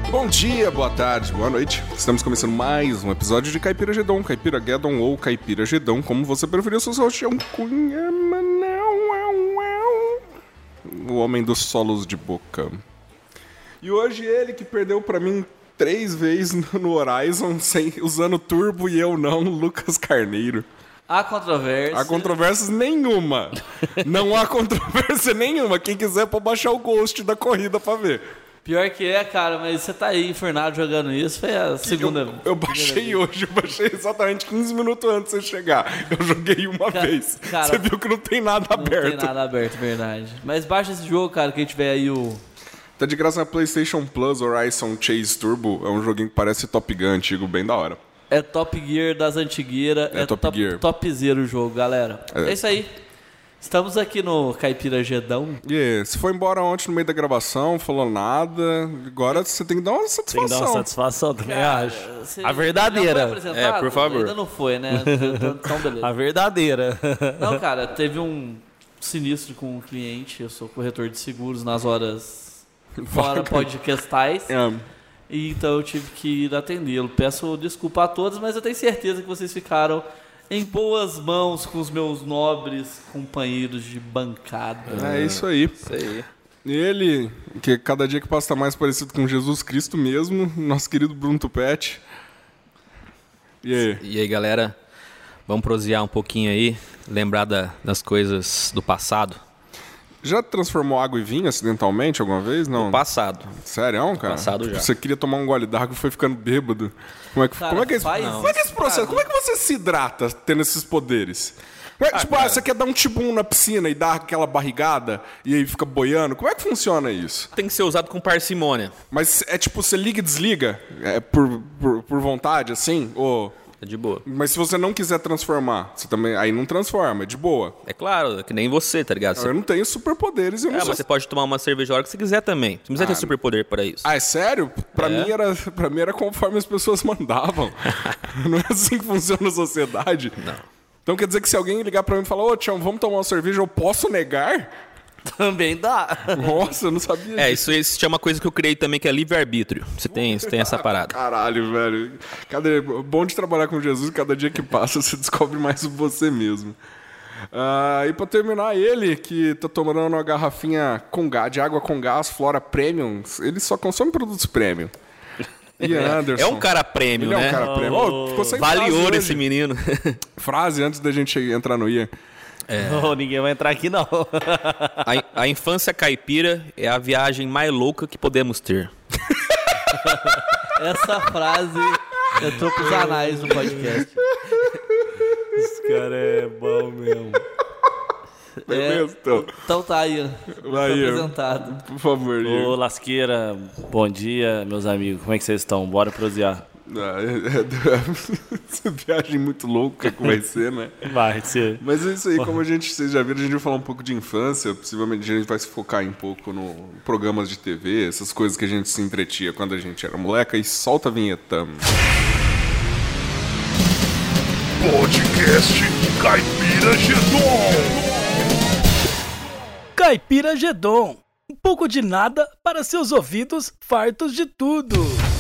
Bom dia, boa tarde, boa noite. Estamos começando mais um episódio de Caipira Gedon, Caipira Gedon ou Caipira Gedon, como você preferiu, sou o seu Cunha, o homem dos solos de boca. E hoje ele que perdeu pra mim 3 vezes no Horizon, usando turbo e eu não, Lucas Carneiro. Há controvérsia. Há controvérsias nenhuma. Não há controvérsia nenhuma. Quem quiser pode baixar o Ghost da corrida pra ver. Pior que é, cara, mas você tá aí infernado jogando isso, foi a segunda. Eu baixei hoje, eu baixei exatamente 15 minutos antes de você chegar. Eu joguei uma vez. Cara, você viu que não tem nada aberto. Não tem nada aberto, verdade. Mas baixa esse jogo, cara, quem tiver aí o... Tá de graça na PlayStation Plus, Horizon Chase Turbo. É um joguinho que parece Top Gun antigo, bem da hora. É Top Gear das antigueiras. É Top Gear. Topzera o jogo, galera. É isso aí. Estamos aqui no Caipira Gedão. Você foi embora ontem no meio da gravação, falou nada. Agora você tem que dar uma satisfação. Tem que dar uma satisfação também, acho. A verdadeira. Por favor. Ainda não foi, né? Então, beleza. A verdadeira. Não, cara, teve um sinistro com um cliente. Eu sou corretor de seguros nas horas fora podcastais. E então eu tive que ir atendê-lo. Peço desculpa a todos, mas eu tenho certeza que vocês ficaram em boas mãos com os meus nobres companheiros de bancada. É isso aí. Isso aí. Ele, que cada dia que passa tá mais parecido com Jesus Cristo mesmo, nosso querido Bruno Tupete. E aí? E aí, galera? Vamos prosear um pouquinho aí, lembrar das coisas do passado. Já transformou água em vinho acidentalmente alguma vez? Não. Do passado. Sério, cara? Passado já. Você queria tomar um gole d'água e foi ficando bêbado. Como é que é esse processo? Como é que você se hidrata tendo esses poderes? Você quer dar um tibum na piscina e dar aquela barrigada e aí fica boiando? Como é que funciona isso? Tem que ser usado com parcimônia. Mas é tipo, você liga e desliga? É por vontade, assim? Ou... É de boa. Mas se você não quiser transformar, você também aí não transforma, é de boa. É claro, é que nem você, tá ligado? Eu não tenho superpoderes, eu não sou... mas você pode tomar uma cerveja a hora que você quiser também. Você não precisa ter superpoder para isso. Ah, é sério? Pra mim era conforme as pessoas mandavam. Não é assim que funciona a sociedade? Não. Então quer dizer que se alguém ligar pra mim e falar, ô Tião, vamos tomar uma cerveja, eu posso negar? Também dá. Nossa, eu não sabia disso. Isso se chama uma coisa que eu criei também, que é livre-arbítrio. Você tem essa parada. Caralho, velho. Bom de trabalhar com Jesus, cada dia que passa você descobre mais sobre você mesmo. E pra terminar, ele que tá tomando uma garrafinha de água com gás, Flora Premium, ele só consome produtos premium. E Anderson. É um cara premium, né? É um cara premium. Vale ouro esse menino. Frase antes da gente entrar no IA. Ninguém vai entrar aqui, não. A infância caipira é a viagem mais louca que podemos ter. Essa frase entrou pros anais do podcast. Esse cara é bom mesmo. Então tá aí. Vai aí, apresentado. Por favor. Ô, Lasqueira, bom dia, meus amigos. Como é que vocês estão? Bora prosear. Essa viagem muito louca que vai ser, né? Vai ser. Mas é isso aí, como vocês já viram, a gente vai falar um pouco de infância. Possivelmente a gente vai se focar um pouco no programas de TV, essas coisas que a gente se entretia quando a gente era moleca. E solta a vinheta. Podcast Caipira Gedon. Caipira Gedon. Um pouco de nada para seus ouvidos fartos de tudo.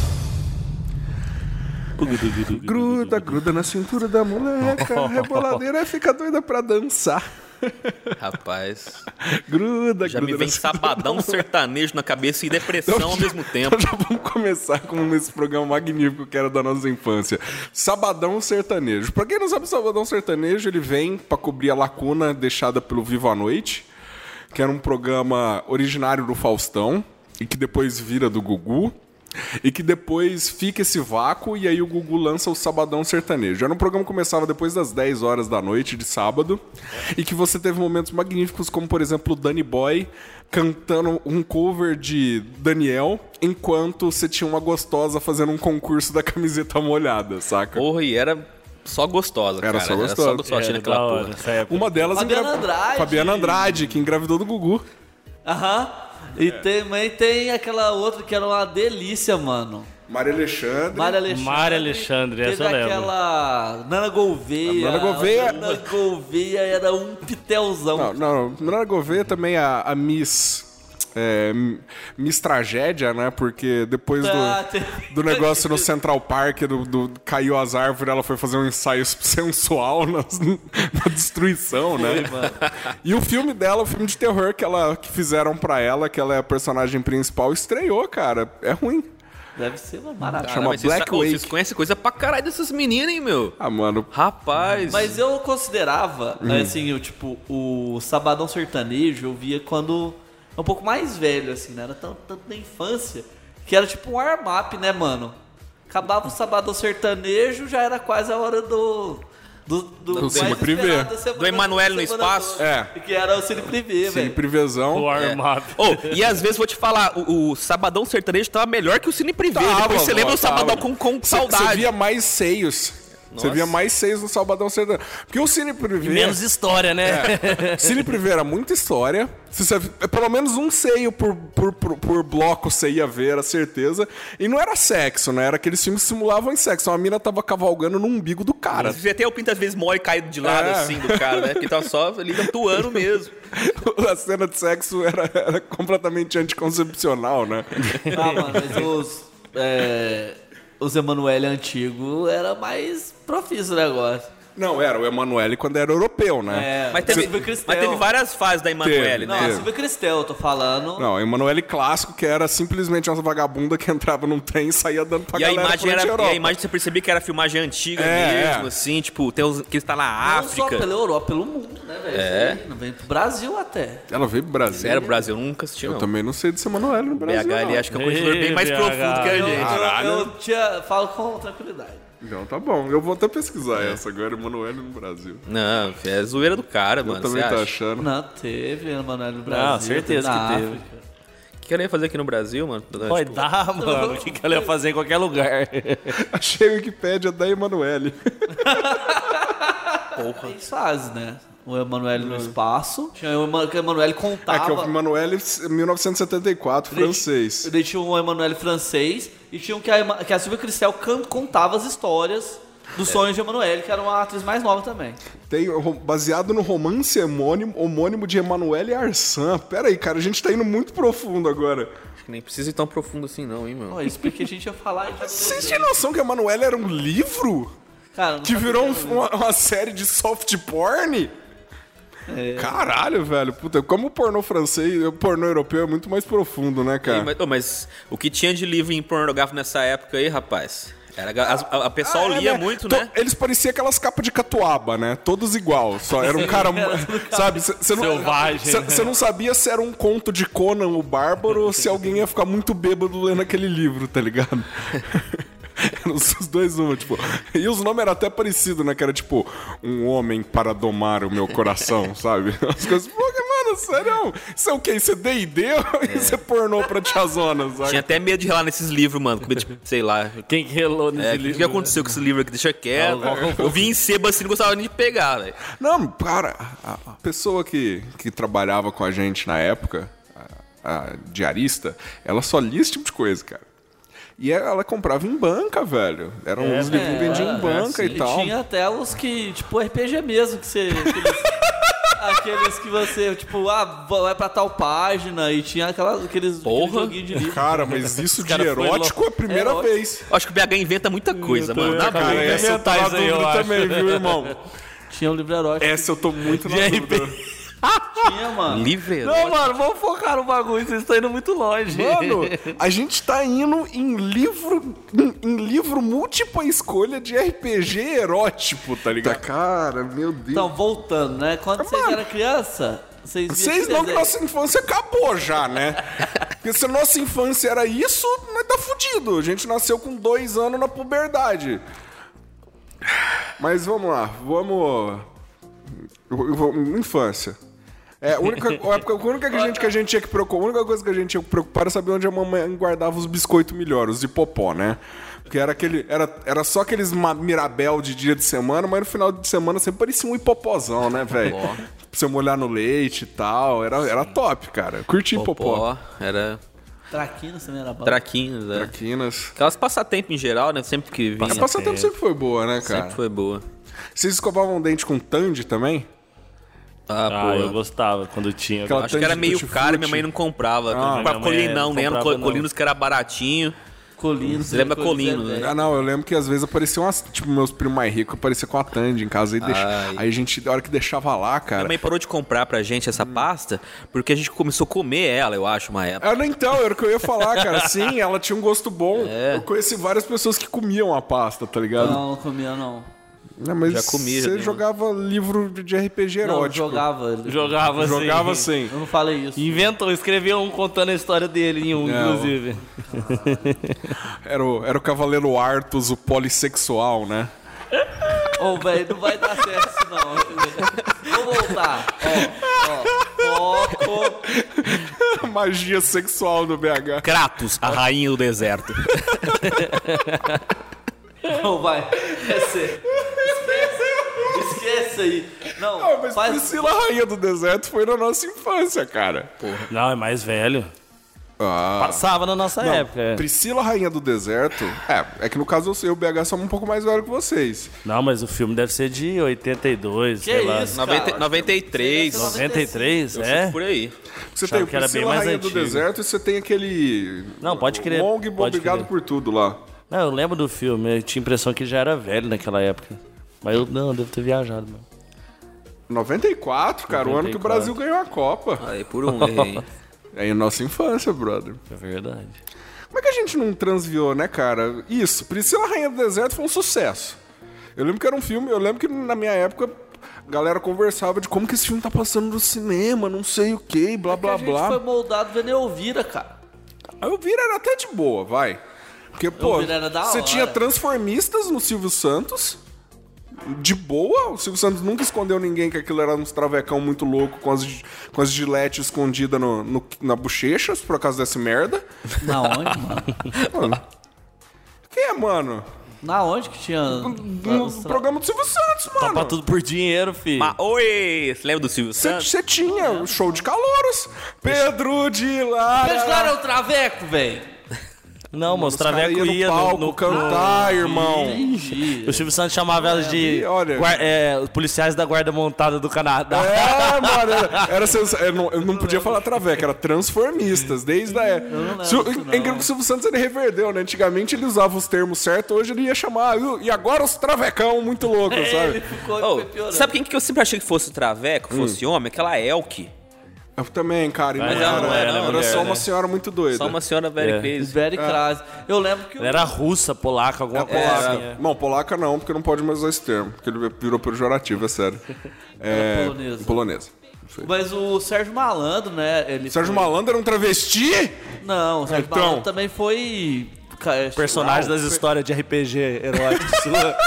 Gruda na cintura da moleca, reboladeira fica doida pra dançar. Rapaz. Gruda. Já me vem sabadão sertanejo na cabeça e depressão ao mesmo tempo. Então já vamos começar com esse programa magnífico que era da nossa infância. Sabadão Sertanejo. Pra quem não sabe, Sabadão Sertanejo, ele vem pra cobrir a lacuna deixada pelo Vivo à Noite, que era um programa originário do Faustão e que depois vira do Gugu. E que depois fica esse vácuo e aí o Gugu lança o Sabadão Sertanejo. Era um programa que começava depois das 10 horas da noite de sábado e que você teve momentos magníficos como, por exemplo, o Danny Boy cantando um cover de Daniel enquanto você tinha uma gostosa fazendo um concurso da camiseta molhada, saca? Porra, e era só gostosa, era cara. Só gostosa. Era só gostosa naquela porra. Uma delas... Fabiana Andrade, que engravidou do Gugu. Aham. E também tem aquela outra que era uma delícia, mano. Maria Alexandre. Essa eu lembro. Teve aquela Nana Gouveia. Nana Gouveia era um pitelzão. Não. Nana Gouveia também, a Miss... Miss Tragédia, né? Porque depois do negócio no Central Park, caiu as árvores, ela foi fazer um ensaio sensual na destruição, né? E o filme dela, o filme de terror que fizeram pra ela, que ela é a personagem principal, estreou, cara. É ruim. Deve ser uma maravilha. Chama Black Wake. Vocês conhecem coisa pra caralho dessas meninas, hein, meu? Ah, mano. Rapaz. Mas eu considerava, assim, o Sabadão Sertanejo, eu via quando... um pouco mais velho, assim, né? Era tanto na infância, que era tipo um warm-up, né, mano? Acabava o Sabadão Sertanejo, já era quase a hora do Cine Privé. Do Emanuele no Espaço. Que era o Cine Privé, velho. Cine Privézão. O warm-up. E às vezes vou te falar, o Sabadão Sertanejo tava melhor que o Cine Privé. Depois você lembra o Sabadão com saudade. Você via mais seios. Você via mais seios no Sabadão Sertanejo. Porque o Cine Privé... menos história, né? Cine Privé era muita história. Pelo menos um seio por bloco você ia ver, era certeza. E não era sexo, né? Era aqueles filmes que simulavam sexo. Uma mina tava cavalgando no umbigo do cara. Você até o pinto às vezes mole caído de lado, assim, do cara, né? Porque tava só ali atuando mesmo. A cena de sexo era completamente anticoncepcional, né? Ah, mano, mas os Emanuele antigos era mais profício o negócio. Não, era o Emanuele quando era europeu, né? Mas teve várias fases da Emanuele, né? Não, Silvia Cristel, eu tô falando. Não, o Emanuele clássico, que era simplesmente uma vagabunda que entrava num trem e saía dando pra galera. E a imagem você percebia que era filmagem antiga mesmo, assim, tipo, tem os que está na África. Não só pela Europa, pelo mundo, né, velho? Não veio pro Brasil até. Ela veio pro Brasil? Sério, pro Brasil eu nunca assisti, não. Eu também não sei desse Emanuele no Brasil. BH, ele acho que é um conhecedor bem mais profundo que a gente. Eu falo com tranquilidade. Então tá bom, eu vou até pesquisar essa agora, Emanuele no Brasil. Não, é zoeira do cara, mano. Eu também tô achando. Não, teve Emanuele no Brasil. Não, certeza que teve. O que ela ia fazer aqui no Brasil, mano? Pode dar, mano. O que ela ia fazer em qualquer lugar? Achei a Wikipédia da Emanuele. Porra. Eles fazem, né? O Emanuele no Espaço. Tinha o Emanuele contava. Que é o Emanuele 1974, francês. Daí tinha o Emanuele francês e tinha que a Silvia Cristel contava as histórias dos sonhos de Emanuele, que era uma atriz mais nova também. Baseado no romance homônimo de Emanuele Arçan. Pera aí, cara, a gente tá indo muito profundo agora. Acho que nem precisa ir tão profundo assim não, hein, mano. Isso porque a gente ia falar... Vocês tinham noção que Emanuele era um livro? Cara, que virou uma série de soft porn? Caralho, velho. Puta, como o pornô francês, o pornô europeu é muito mais profundo, né, cara? Mas o que tinha de livro em pornográfico nessa época aí, rapaz? A pessoal lia muito, né? Eles pareciam aquelas capas de catuaba, né? Todos igual. Só era um cara, sabe? Selvagem. Você não sabia se era um conto de Conan o Bárbaro ou se alguém ia ficar muito bêbado lendo aquele livro, tá ligado? Os dois, tipo... E os nomes eram até parecidos, né? Que era tipo, um homem para domar o meu coração, sabe? As coisas... Pô, mano, sério? Isso é o quê? Isso é D&D ou isso é pornô pra tiazona, sabe? Tinha até medo de relar nesses livros, mano. Com medo de, sei lá... Quem que relou nesse livro? O que aconteceu com esse livro aqui? Deixa quieto. Eu vi em sebo assim, não gostava nem de pegar, velho. Não, cara, a pessoa que trabalhava com a gente na época, a diarista, ela só lia esse tipo de coisa, cara. E ela comprava em banca, velho. Eram uns livros que vendiam em banca e tal. E tinha até os que, tipo, RPG mesmo, que você... aqueles que você, tipo, vai pra tal página e tinha aqueles joguinhos de livro. Cara, mas isso de erótico é a primeira vez. Acho que o BH inventa muita coisa, mano. Na boa. Essa eu tô na dúvida também, viu, irmão? Tinha um livro erótico. Essa eu tô muito na dúvida. Tinha, mano. Livre. Não, mano, vamos focar no bagulho, vocês estão indo muito longe. Mano, a gente tá indo em livro múltipla escolha de RPG erótico, tá ligado? Cara, meu Deus. Então, voltando, né? Quando vocês eram criança, vocês não que nossa infância acabou já, né? Porque se a nossa infância era isso, nós tá fudido. A gente nasceu com 2 anos na puberdade. Mas vamos lá, infância. A única coisa que a gente tinha que preocupar era saber onde a mamãe guardava os biscoitos melhores, os de popó, né? Porque era só aqueles Mirabel de dia de semana, mas no final de semana sempre parecia um hipopózão, né, velho? Pra você molhar no leite e tal. Era top, cara. Curti popó. Era... Traquinas também era bom. Traquinas. Aquelas passatempo em geral, né? Sempre que vinha. A passatempo sempre foi boa, né, cara? Sempre foi boa. Vocês escovavam dente com Tandy também? Ah, eu gostava quando tinha. Aquela acho que era meio caro e minha mãe não comprava. Colinão, né? Colinos que era baratinho. Colinos. Você lembra Colino, né? Ah, não, eu lembro que às vezes apareciam umas... Tipo, meus primos mais ricos apareciam com a Tandy em casa. Aí a gente, da hora que deixava lá, cara... Minha mãe parou de comprar pra gente essa pasta porque a gente começou a comer ela, eu acho, uma época. Então, era o que eu ia falar, cara. Sim, ela tinha um gosto bom. Eu conheci várias pessoas que comiam a pasta, tá ligado? Não comia, não. Mas Já comi, você jogava livro de RPG erótico. Não, Jogava sim. Eu não falei isso. Escreveu um contando a história dele em inclusive. Era o Cavaleiro Arthus, o polissexual, né? Velho, não vai dar certo isso não. Vou voltar. Foco. Magia sexual do BH. Kratos, a rainha do deserto. Não, vai. Esquece aí. Não, Mas Priscila, a rainha do deserto, foi na nossa infância, cara. Não, é mais velho. Ah. Passava na nossa época. Priscila, rainha do deserto... É que no caso eu e o BH somos um pouco mais velho que vocês. Não, mas o filme deve ser de 82, Que sei lá. isso, cara? 93. 93, É? Por aí. Você tem o que era bem Priscila, mais rainha do antigo. deserto, e você tem aquele... Não, pode crer. Long, pode obrigado crer. por tudo lá. Não, eu lembro do filme, eu tinha a impressão que ele já era velho naquela época. Mas eu devo ter viajado, mano. 94, cara, o ano que o 94. Brasil ganhou a Copa. Aí, por um errei. É a nossa infância, brother. É verdade. Como é que a gente não transviou, né, cara? Isso, Priscila, rainha do deserto foi um sucesso. Eu lembro que era um filme, eu lembro que na minha época a galera conversava de como que esse filme tá passando no cinema, não sei o que, blá, blá, A gente blá. foi moldado vendo Elvira, cara. A Elvira era até de boa, vai. Porque, pô, Elvira era da você hora. tinha Transformistas no Silvio Santos, de boa. O Silvio Santos nunca escondeu ninguém que aquilo era uns travecão muito louco com as giletes escondidas na bochecha, por causa dessa merda. Na onde, mano? Mano, que é, mano? Na onde que tinha... No programa do Silvio Santos, mano. Topa tudo por dinheiro, filho. Oi! Você lembra do Silvio Santos? Você tinha o show de calouros. Pedro de Lara. Eles era o Traveco, velho. Não, mas o Os caras Traveco iam ia no palco no cantar, irmão. O Silvio Santos chamava elas de olha. os policiais da guarda montada do Canadá. É, mano, eu não podia falar Traveco, era Transformistas, desde a época. É incrível que o Silvio Santos ele reverdeu, né? Antigamente ele usava os termos certos, hoje ele ia chamar, e agora os Travecão muito loucos, sabe? Ele ficou Oh, foi piorando. sabe quem que eu sempre achei que fosse Traveco, fosse homem? Aquela Elke. Eu também, cara, e Mas não ela não era, era era mulher, só uma né? senhora muito doida. Só uma senhora very É. crazy. Very crazy. Eu lembro que Ela era russa, polaca, alguma coisa Polaca. assim. Não, polaca não, porque não pode mais usar esse termo, porque ele virou pejorativo, é sério. É, polonesa. polonesa. Mas o Sérgio Malandro, né? Ele Sérgio foi... Malandro era um travesti? Não, o Sérgio Então. Malandro também foi... Personagem das histórias de RPG erótico sua.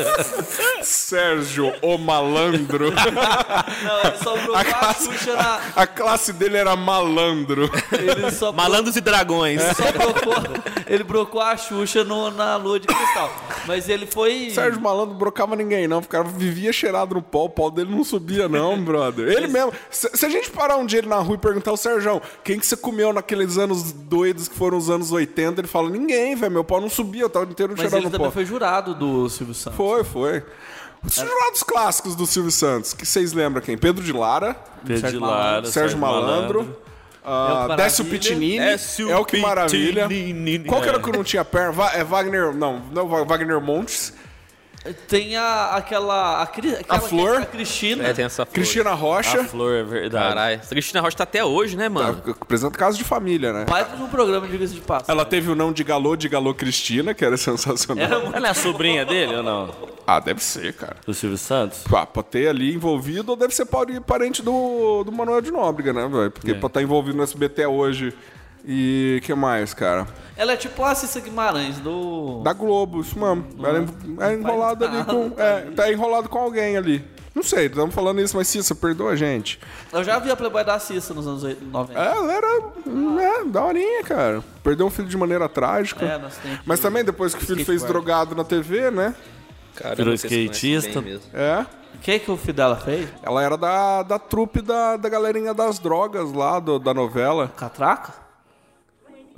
Sérgio, o malandro. Não, ele só brocou a Xuxa na... A classe dele era malandro. Ele só Malandros e Dragões. Ele brocou a Xuxa na lua de cristal. Mas ele foi... Sérgio Malandro brocava ninguém, não. Vivia cheirado no pau. O pau dele não subia, não, brother. Ele mesmo. Se a gente parar um dia ele na rua e perguntar ao Sérgio, quem que você comeu naqueles anos doidos que foram os anos 80, ele fala, ninguém, velho. Meu pau não subia, eu tava inteiro Mas cheirado ele no também pau. foi jurado do Silvio Santos. Foi. Os jurados clássicos do Silvio Santos, que vocês lembram quem? Pedro de Lara, Pedro de Lara, Sérgio Malandro, Décio Pitinini, Décio El que Maravilha. Pitinini. Qual que era que não tinha perna? Wagner, não Wagner Montes. Tem a Flor. A Cristina. Tem essa flor. Cristina Rocha. A flor, é verdade. Caralho. Essa Cristina Rocha tá até hoje, né, mano? Apresenta Casa de Família, né? Pai de um programa, diga-se de passagem. Ela teve o não de Galô Cristina, que era sensacional. Ela é a sobrinha dele ou não? Ah, deve ser, cara. Do Silvio Santos? Pra ter ali envolvido, ou deve ser parente do Manuel de Nóbrega, né, velho? Porque pra estar envolvido no SBT hoje. E que mais, cara? Ela é tipo a Cissa Guimarães, da... Globo, isso mesmo. Ela é enrolada ali com... tá enrolado com alguém ali. Não sei, estamos falando isso, mas Cissa, perdoa a gente. Eu já vi a Playboy da Cissa nos anos 90. Ela era daorinha, cara. Perdeu um filho de maneira trágica. Nós temos Mas também depois que o filho fez drogado na TV, né? Caramba, Virou vocês conhecem skatista. bem mesmo. É. O que o filho dela fez? Ela era da trupe da galerinha das drogas lá, da novela. Catraca?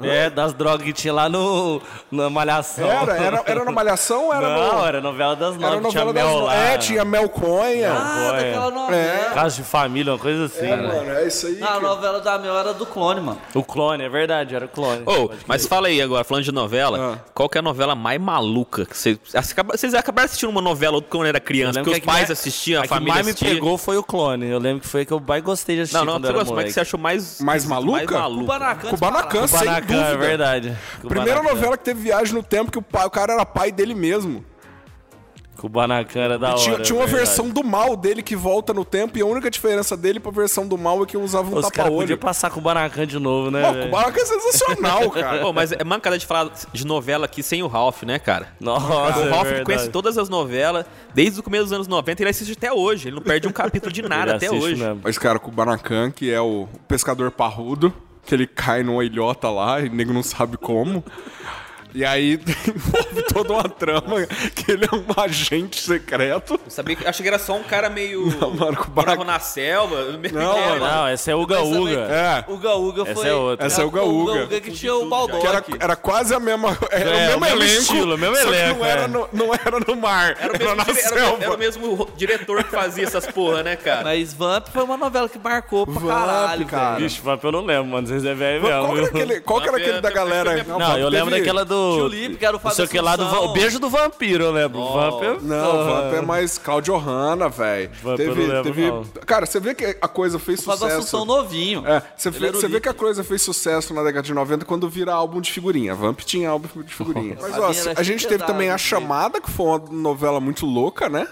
Das drogas que tinha lá na Malhação. Era na Malhação ou era Não, era novela das nove. Era novela das nove. tinha Melconha. Daquela novela. Casa de família, uma coisa assim. Mano, é isso aí. A novela da Mel era do Clone, mano. O Clone, é verdade, era o Clone. Mas fala aí agora, falando de novela, qual que é a novela mais maluca? Que vocês acabaram assistindo uma novela quando era criança, porque os pais assistiam, a família assistia. A que mais me pegou foi o Clone. Eu lembro que foi a que eu mais gostei de assistir quando era moleque. Como é que você achou mais maluca? Kubanacan, sem dúvida. É verdade. Primeira novela que teve viagem no tempo que o cara era pai dele mesmo. Kubanacan era da hora. Tinha uma versão do mal dele que volta no tempo e a única diferença dele pra versão do mal é que usava um tapa-olho. Os caras podiam passar Kubanacan de novo, né? O Kubanacan é sensacional, cara. Mas é mancada de falar de novela aqui sem o Ralph, né, cara? Nossa, o Ralph conhece todas as novelas, desde o começo dos anos 90, ele assiste até hoje. Ele não perde um capítulo de nada até hoje. Mesmo. Mas, cara, o Kubanacan, que é o pescador parrudo, que ele cai numa ilhota lá e o nego não sabe como. E aí envolve toda uma trama que ele é um agente secreto. Eu sabia que, achei que era só um cara meio... morava na selva. Não, essa é o Uga Uga. Uga Uga foi... Essa é outra. Essa é o Uga Uga. Que tinha o Baldock. Era quase a mesma... Era o mesmo elenco. Estilo, mesmo elenco. Não era no mar. Era na selva. Era o mesmo diretor que fazia essas porra, né, cara? Mas Vamp foi uma novela que marcou pra caralho, cara. Vixe, Vamp eu não lembro, mano. Vocês é velho mesmo. Qual que era aquele da galera? Não, eu lembro daquela do... Tulip, que era o Fábio Assunção. O beijo do vampiro, eu lembro. O Vamp é mais Cláudio Hanna, velho. Cara, você vê que a coisa fez sucesso. Fábio Assunção novinho. Você vê que a coisa fez sucesso na década de 90 quando vira álbum de figurinha. Vamp tinha álbum de figurinha. Mas, ó, a gente teve também A Chamada, que foi uma novela muito louca, né?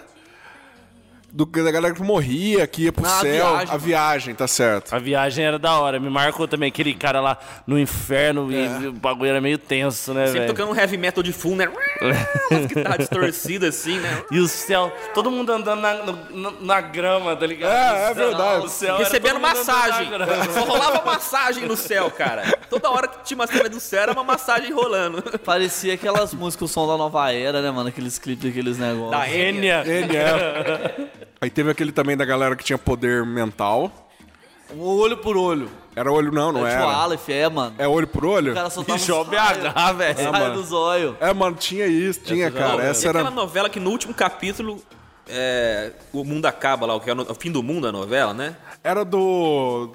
Da galera que morria, que ia pro céu. A viagem, tá certo. A viagem era da hora. Me marcou também aquele cara lá no inferno e o bagulho era meio tenso, né, velho? Sempre tocando um heavy metal de full, né? Que tá distorcido assim, né? E o céu, todo mundo andando na grama, tá ligado? É verdade. O céu recebendo massagem. Só rolava massagem no céu, cara. Toda hora que tinha uma cena do céu era uma massagem rolando. Parecia aquelas músicas, o som da Nova Era, né, mano? Aqueles clipes, aqueles negócios. Da Enya. Aí teve aquele também da galera que tinha poder mental. Olho por olho. Era olho não era. Tipo Aleph, mano. É olho por olho? O cara soltava Bicho, BH, velho. Sai do zóio. Mano, tinha isso, cara. Essa era... aquela novela que no último capítulo o mundo acaba lá, que é o fim do mundo a novela, né? Era do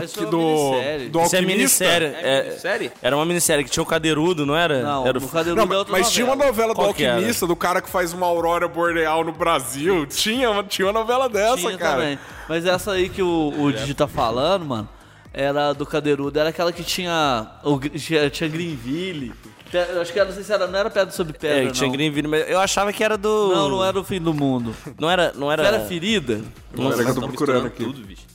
Isso é minissérie. Série? Era uma minissérie que tinha o Cadeirudo, não era? Não, era o Cadeirudo é outra mas novela. tinha uma novela do Qual que Alquimista, do cara que faz uma aurora boreal no Brasil. Tinha uma novela dessa, tinha cara. Também. Mas essa aí que o Didi tá falando, mano, era do Cadeirudo. Era aquela que tinha Greenville. Eu acho que não sei se não era Pedra sobre Pedra, não. Tinha Greenville, mas eu achava que era do... Não era o fim do mundo. Não era... Era Ferida? Não era que eu tô procurando aqui. Tudo, bicho.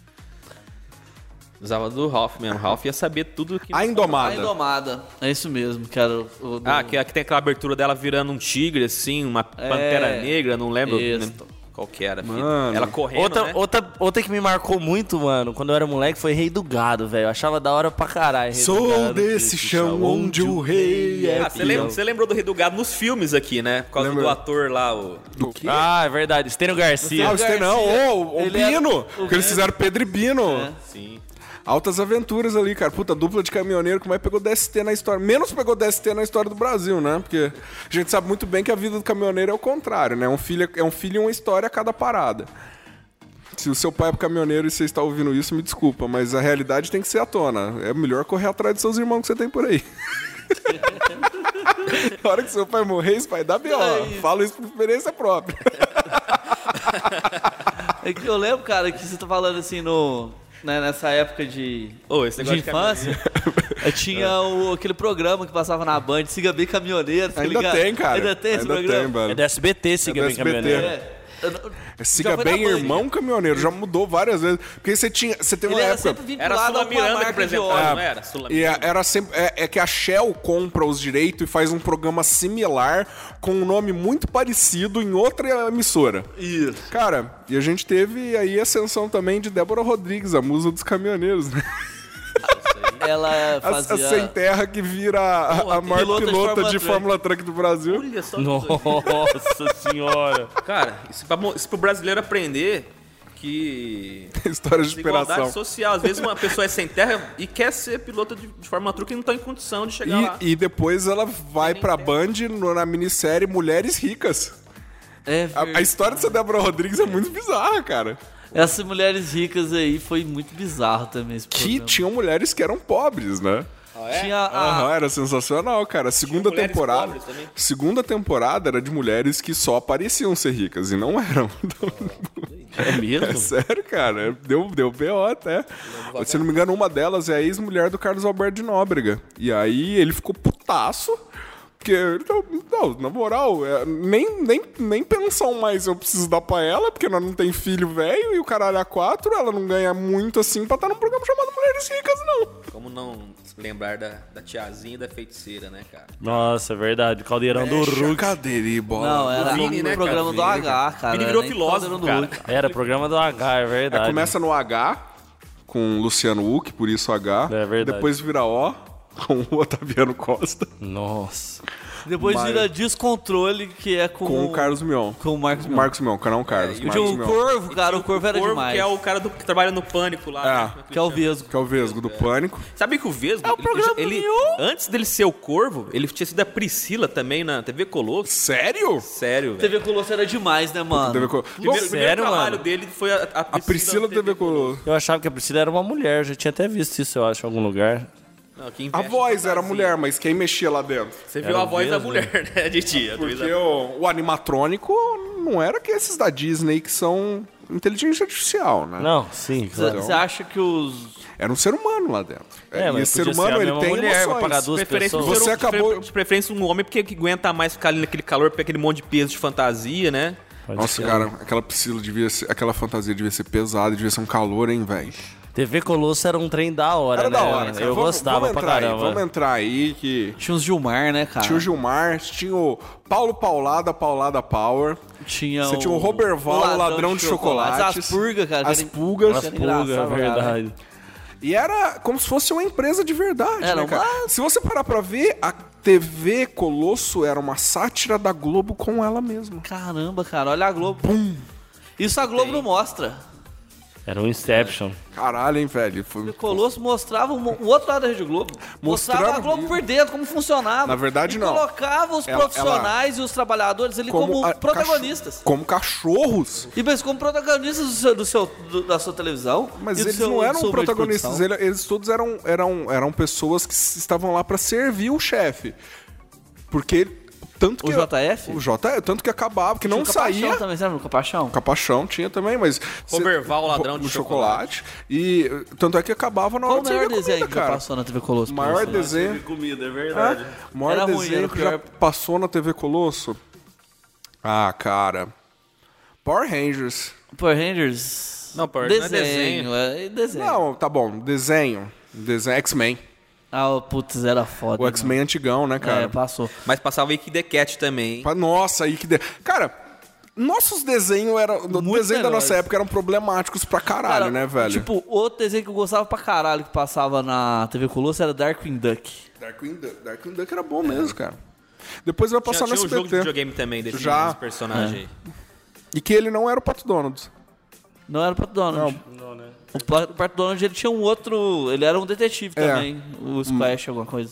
Usava do Ralph mesmo. Ralph ia saber tudo que... A Indomada. A Indomada. É isso mesmo, que era o que tem aquela abertura dela virando um tigre, assim, uma pantera negra, não lembro qual que era. Mano. Ela correndo, outra que me marcou muito, mano, quando eu era moleque, foi Rei do Gado, velho. Eu achava da hora pra caralho. Sou desse chão onde o rei é Você lembrou do Rei do Gado nos filmes aqui, né? Por causa do ator lá, Do quê? Ah, é verdade. Estênio Garcia. O Bino. Porque eles fizeram Pedro e Bino. Sim. Altas aventuras ali, cara. Puta, dupla de caminhoneiro que mais pegou DST na história. Menos pegou DST na história do Brasil, né? Porque a gente sabe muito bem que a vida do caminhoneiro é o contrário, né? É um filho e uma história a cada parada. Se o seu pai é caminhoneiro e você está ouvindo isso, me desculpa, mas a realidade tem que ser à tona. É melhor correr atrás dos seus irmãos que você tem por aí. Na hora que seu pai morrer, isso vai dar B.O. Falo isso por experiência própria. É que eu lembro, cara, que você tá falando assim nessa época de infância, tinha aquele programa que passava na Band, Siga Bem Caminhoneiro, tá ligado? Tem, cara. Ainda tem esse programa? Tem, é da SBT, Siga Bem Caminhoneiro. Siga Bem Irmão Caminhoneiro, já mudou várias vezes. Porque você tem uma época... Sempre vinculado era Sula Miranda que apresentava, não era? E era sempre... É que a Shell compra os direitos e faz um programa similar com um nome muito parecido em outra emissora. Isso. Cara, e a gente teve aí a ascensão também de Débora Rodrigues, a musa dos caminhoneiros, né? Ela fazia... A Sem Terra que vira a maior pilota de Fórmula Truck do Brasil. Olha só. Nossa senhora. Cara, isso pro brasileiro aprender que... História de superação. Desigualdade social. Às vezes uma pessoa é sem terra e quer ser pilota de Fórmula Truck e não tá em condição de chegar lá. E depois ela vai pra Band na minissérie Mulheres Ricas. A história dessa Débora Rodrigues é muito bizarra, cara. Essas mulheres ricas aí foi muito bizarro também esse programa. Que tinham mulheres que eram pobres, né? Era sensacional, cara. Segunda temporada era de mulheres que só pareciam ser ricas e não eram. É mesmo? É sério, cara. Deu B.O. até. Se não me engano, uma delas é a ex-mulher do Carlos Alberto de Nóbrega. E aí ele ficou putaço. Porque, não, na moral, nem pensão mais eu preciso dar pra ela, porque nós não tem filho velho e o caralho é 4, ela não ganha muito assim pra estar num programa chamado Mulheres Ricas, não. Como não lembrar da tiazinha e da feiticeira, né, cara? Nossa, é verdade. Caldeirão do Hulk. Cadeira e bola. Não, era Vini, né, programa do H, cara. Vini virou filósofo, cara. Era programa do H, é verdade. Começa no H, com Luciano Huck, por isso H. É verdade. Depois vira O, com o Otaviano Costa. Nossa. Depois vira Descontrole, que é com o Carlos Mion. Com o Marcos Mion. Marcos Mion, canal Carlos. E o Corvo, cara, o Corvo era demais. Que é o cara que trabalha no Pânico lá. Né? Que é o Vesgo. Que é o Vesgo do Pânico. Sabe que o Vesgo, ele antes dele ser o Corvo, ele tinha sido a Priscila também na TV Colosso. Sério? Sério, velho. TV Colosso era demais, né, mano? O primeiro trabalho dele foi a Priscila da TV Colosso. Eu achava que a Priscila era uma mulher, já tinha até visto isso, eu acho, em algum lugar. Não, a voz era mulher, mas quem mexia lá dentro? Você viu a voz da mulher, né, de tia? Porque o animatrônico não era que esses da Disney que são inteligência artificial, né? Não, sim. Você acha que os... Era um ser humano lá dentro. Mas e esse ser humano, ele tem mulher, emoções. Pagar duas pessoas. Você acabou... De preferência um homem, porque aguenta mais ficar ali naquele calor, porque aquele monte de peso de fantasia, né? Nossa, cara, aquela Priscila aquela fantasia devia ser pesada, devia ser um calor, hein, velho? TV Colosso era um trem da hora, era né? Da hora, cara. Eu gostava pra caramba. Vamos entrar aí que... Tinha os Gilmar, né, cara? Tinha o Gilmar, tinha o Paulo Paulada Power. Você tinha o Roberval, o ladrão de chocolate. As purgas, cara. As pulgas. É verdade. E era como se fosse uma empresa de verdade, né, cara? Se você parar pra ver, a TV Colosso era uma sátira da Globo com ela mesma. Caramba, cara, olha a Globo. Pum. Isso a Globo não mostra. Era um Inception. Caralho, hein, velho. O Colosso mostrava o outro lado da Rede Globo. Mostrava a Globo por dentro, como funcionava. Na verdade, não. Colocava os profissionais e os trabalhadores ali como protagonistas. Como cachorros. Mas como protagonistas da sua televisão. Mas eles não eram protagonistas. Eles todos eram pessoas que estavam lá pra servir o chefe. Porque... Tanto que JF? Tanto que acabava, que não saía. Capachão também, sabe? O Capachão? Capachão tinha também, mas... Roberval, ladrão de chocolate. E tanto é que acabava na hora de servir comida, cara. O maior desenho que já passou na TV Colosso? O maior desenho... comida, é verdade. O maior desenho que já passou na TV Colosso? Ah, cara... Power Rangers. Power Rangers? Não, Power Rangers não é desenho. Não, tá bom. Desenho. X-Men. Ah, putz, era foda. O X-Men antigão, né, cara? Passou. Mas passava Ike The Cat também. Nossa, Ike The... Cara, nossos desenhos eram... O desenho da nossa época eram problemáticos pra caralho, né, velho? Tipo, outro desenho que eu gostava pra caralho que passava na TV Colosso era Darkwing Duck. Darkwing Duck era bom mesmo, cara. Depois vai passar no SBT. Tinha um jogo de videogame também desse personagem aí. E que ele não era o Pato Donald. Não era o Pato Donald. Não, né? O Pato Donald, ele tinha um outro... Ele era um detetive também. O Splash, alguma coisa.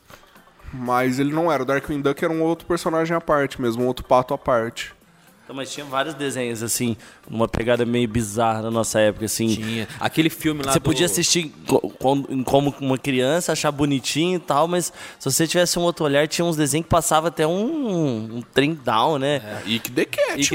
Mas ele não era. O Darkwing Duck era um outro personagem à parte mesmo. Um outro pato à parte. Então, mas tinha vários desenhos, assim, numa pegada meio bizarra na nossa época, assim. Tinha. Aquele filme lá você podia assistir como uma criança, achar bonitinho e tal, mas se você tivesse um outro olhar, tinha uns desenhos que passava até um trem down, né? Ike The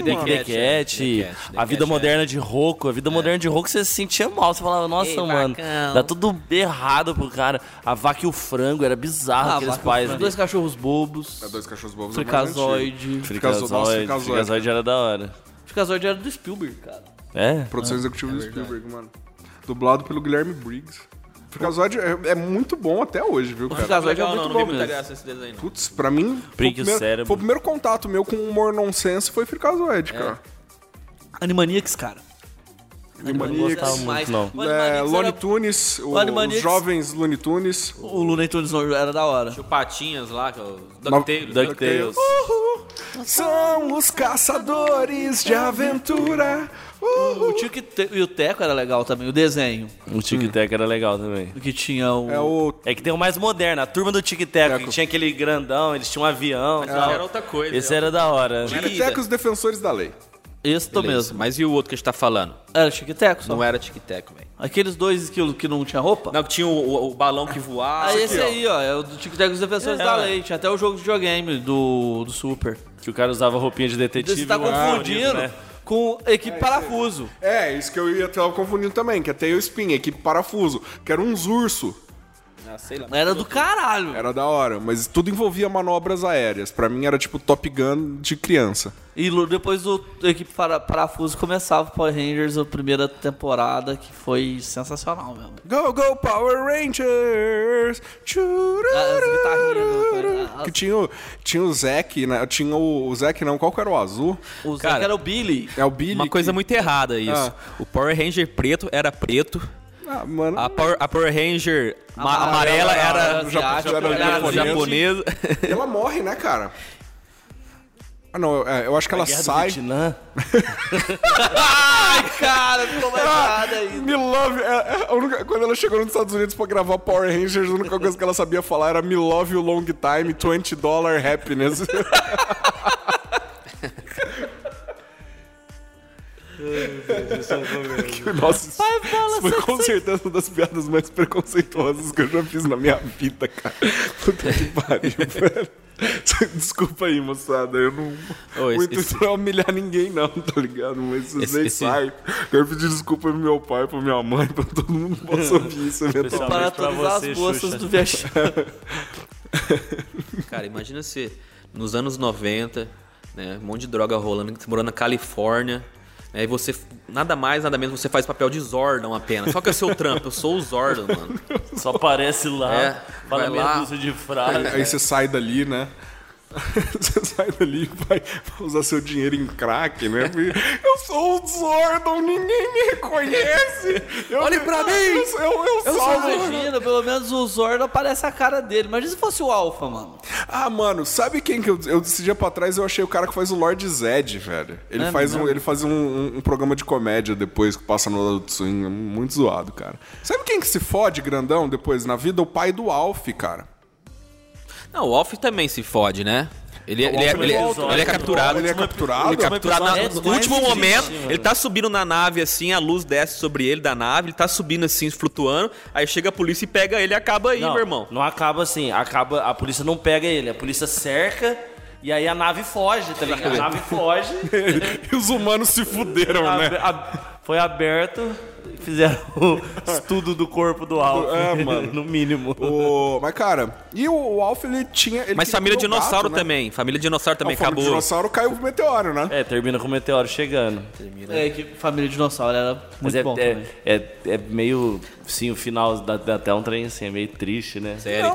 Cat, A Vida Moderna de Rocco. A Vida Moderna de Rocco, você se sentia mal. Você falava, nossa, mano, dá tudo errado pro cara. A Vaca e o Frango, era bizarro aqueles pais. Dois cachorros bobos. Dois cachorros bobos. Fricazoide. Fricazoide era da hora. Fricazoide era do Spielberg, cara. É? Produção executiva do Spielberg, mano. Dublado pelo Guilherme Briggs. Fricazoide é muito bom até hoje, viu, cara? Fricazoide é muito bom mesmo. Putz, pra mim, foi o primeiro contato meu com o humor nonsense foi Fricazoide, cara. Animaniacs, cara. Animaniacs. Looney Tunes, os jovens Looney Tunes. O Looney Tunes era da hora. Tinha o Patinhas lá, DuckTales. São os caçadores de aventura. O Tico e o Teco era legal também, o desenho. O Tic Teco era legal também. Que tinha o... É que tem o mais moderno, a turma do Tic Teco, que tinha aquele grandão, eles tinham um avião e tal. Era outra coisa. Esse era da hora. Tic Teco, os defensores da lei. Esse tô mesmo. Mas e o outro que a gente tá falando? Era Tic Teco só? Não era tic-tac, velho. Aqueles dois esquilos que não tinha roupa? Não, que tinha o balão que voava. Esse aí, ó, é o do Tic Tac dos Defensores da Lei. Tinha até o jogo de videogame do Super. Que o cara usava roupinha de detetive. Você tá confundindo, né? Com equipe Parafuso. Isso que eu ia estar confundindo também, que até o Spin, equipe Parafuso, que era uns urso. Sei lá. Era do caralho. Era da hora, mas tudo envolvia manobras aéreas. Pra mim era tipo Top Gun de criança. E depois do equipe Parafuso começava o Power Rangers, a primeira temporada, que foi sensacional mesmo. Go, go, Power Rangers! As guitarrinhas. Que tinha o Zack, né? Tinha o Zack não, qual que era o azul? O Zack era o Billy. É o Billy. Uma coisa muito errada isso. O Power Ranger preto era preto. Mano. A Power Ranger amarela era japonesa. E ela morre, né, cara? Não, eu acho que ela sai. Ai, cara, ficou mais errado aí. Me Love. Quando ela chegou nos Estados Unidos pra gravar Power Rangers, a única coisa que ela sabia falar era Me Love You Long Time, $20 Happiness. Nossa, isso foi com certeza uma das piadas mais preconceituosas que eu já fiz na minha vida, cara. Puta que pariu, velho. Desculpa aí, moçada. Eu não. O intuito não é humilhar ninguém, não, tá ligado? Mas se vocês saem, quero pedir desculpa pro meu pai, pra minha mãe, pra todo mundo que possa ouvir isso eventualmente. Para todas as moças do vexame. Cara, imagina se nos anos 90, né, um monte de droga rolando, você morando na Califórnia. Aí você, nada mais, nada menos, você faz papel de Zordon apenas. Só que é o seu trampo, eu sou o Zordon, mano. Só aparece lá, fala meia dúzia de frase. Aí você sai dali, né? Você sai dali e vai usar seu dinheiro em crack, né? Eu sou o Zordon, ninguém me reconhece. Olhe pra mim! Eu sou Imagina, pelo menos o Zordon aparece a cara dele. Imagina se fosse o Alpha, mano. Mano, sabe quem que eu esse dia pra trás eu achei o cara que faz o Lord Zed, velho. Ele faz um programa de comédia depois que passa no Adult Swim, muito zoado, cara. Sabe quem que se fode grandão depois na vida? O pai do Alf, cara. Não, o Alf também se fode, né? Ele é capturado. Ele é capturado? No último momento, ele tá subindo na nave assim, a luz desce sobre ele da nave, ele tá subindo assim, flutuando, aí chega a polícia e pega ele e acaba aí, meu irmão. Não acaba assim, a polícia não pega ele, a polícia cerca e aí a nave foge, tá ligado? A nave foge. E os humanos se fuderam, né? Foi aberto, fizeram o estudo do corpo do Alf. Mano. No mínimo. Mas, cara, e o Alf, ele tinha... Mas Família Dinossauro também. Família Dinossauro também acabou. Família Dinossauro caiu com o meteoro, né? Termina com o meteoro chegando. Que Família Dinossauro era muito bom também. É meio... Sim, o final dá até um trem assim, é meio triste, né? Sério,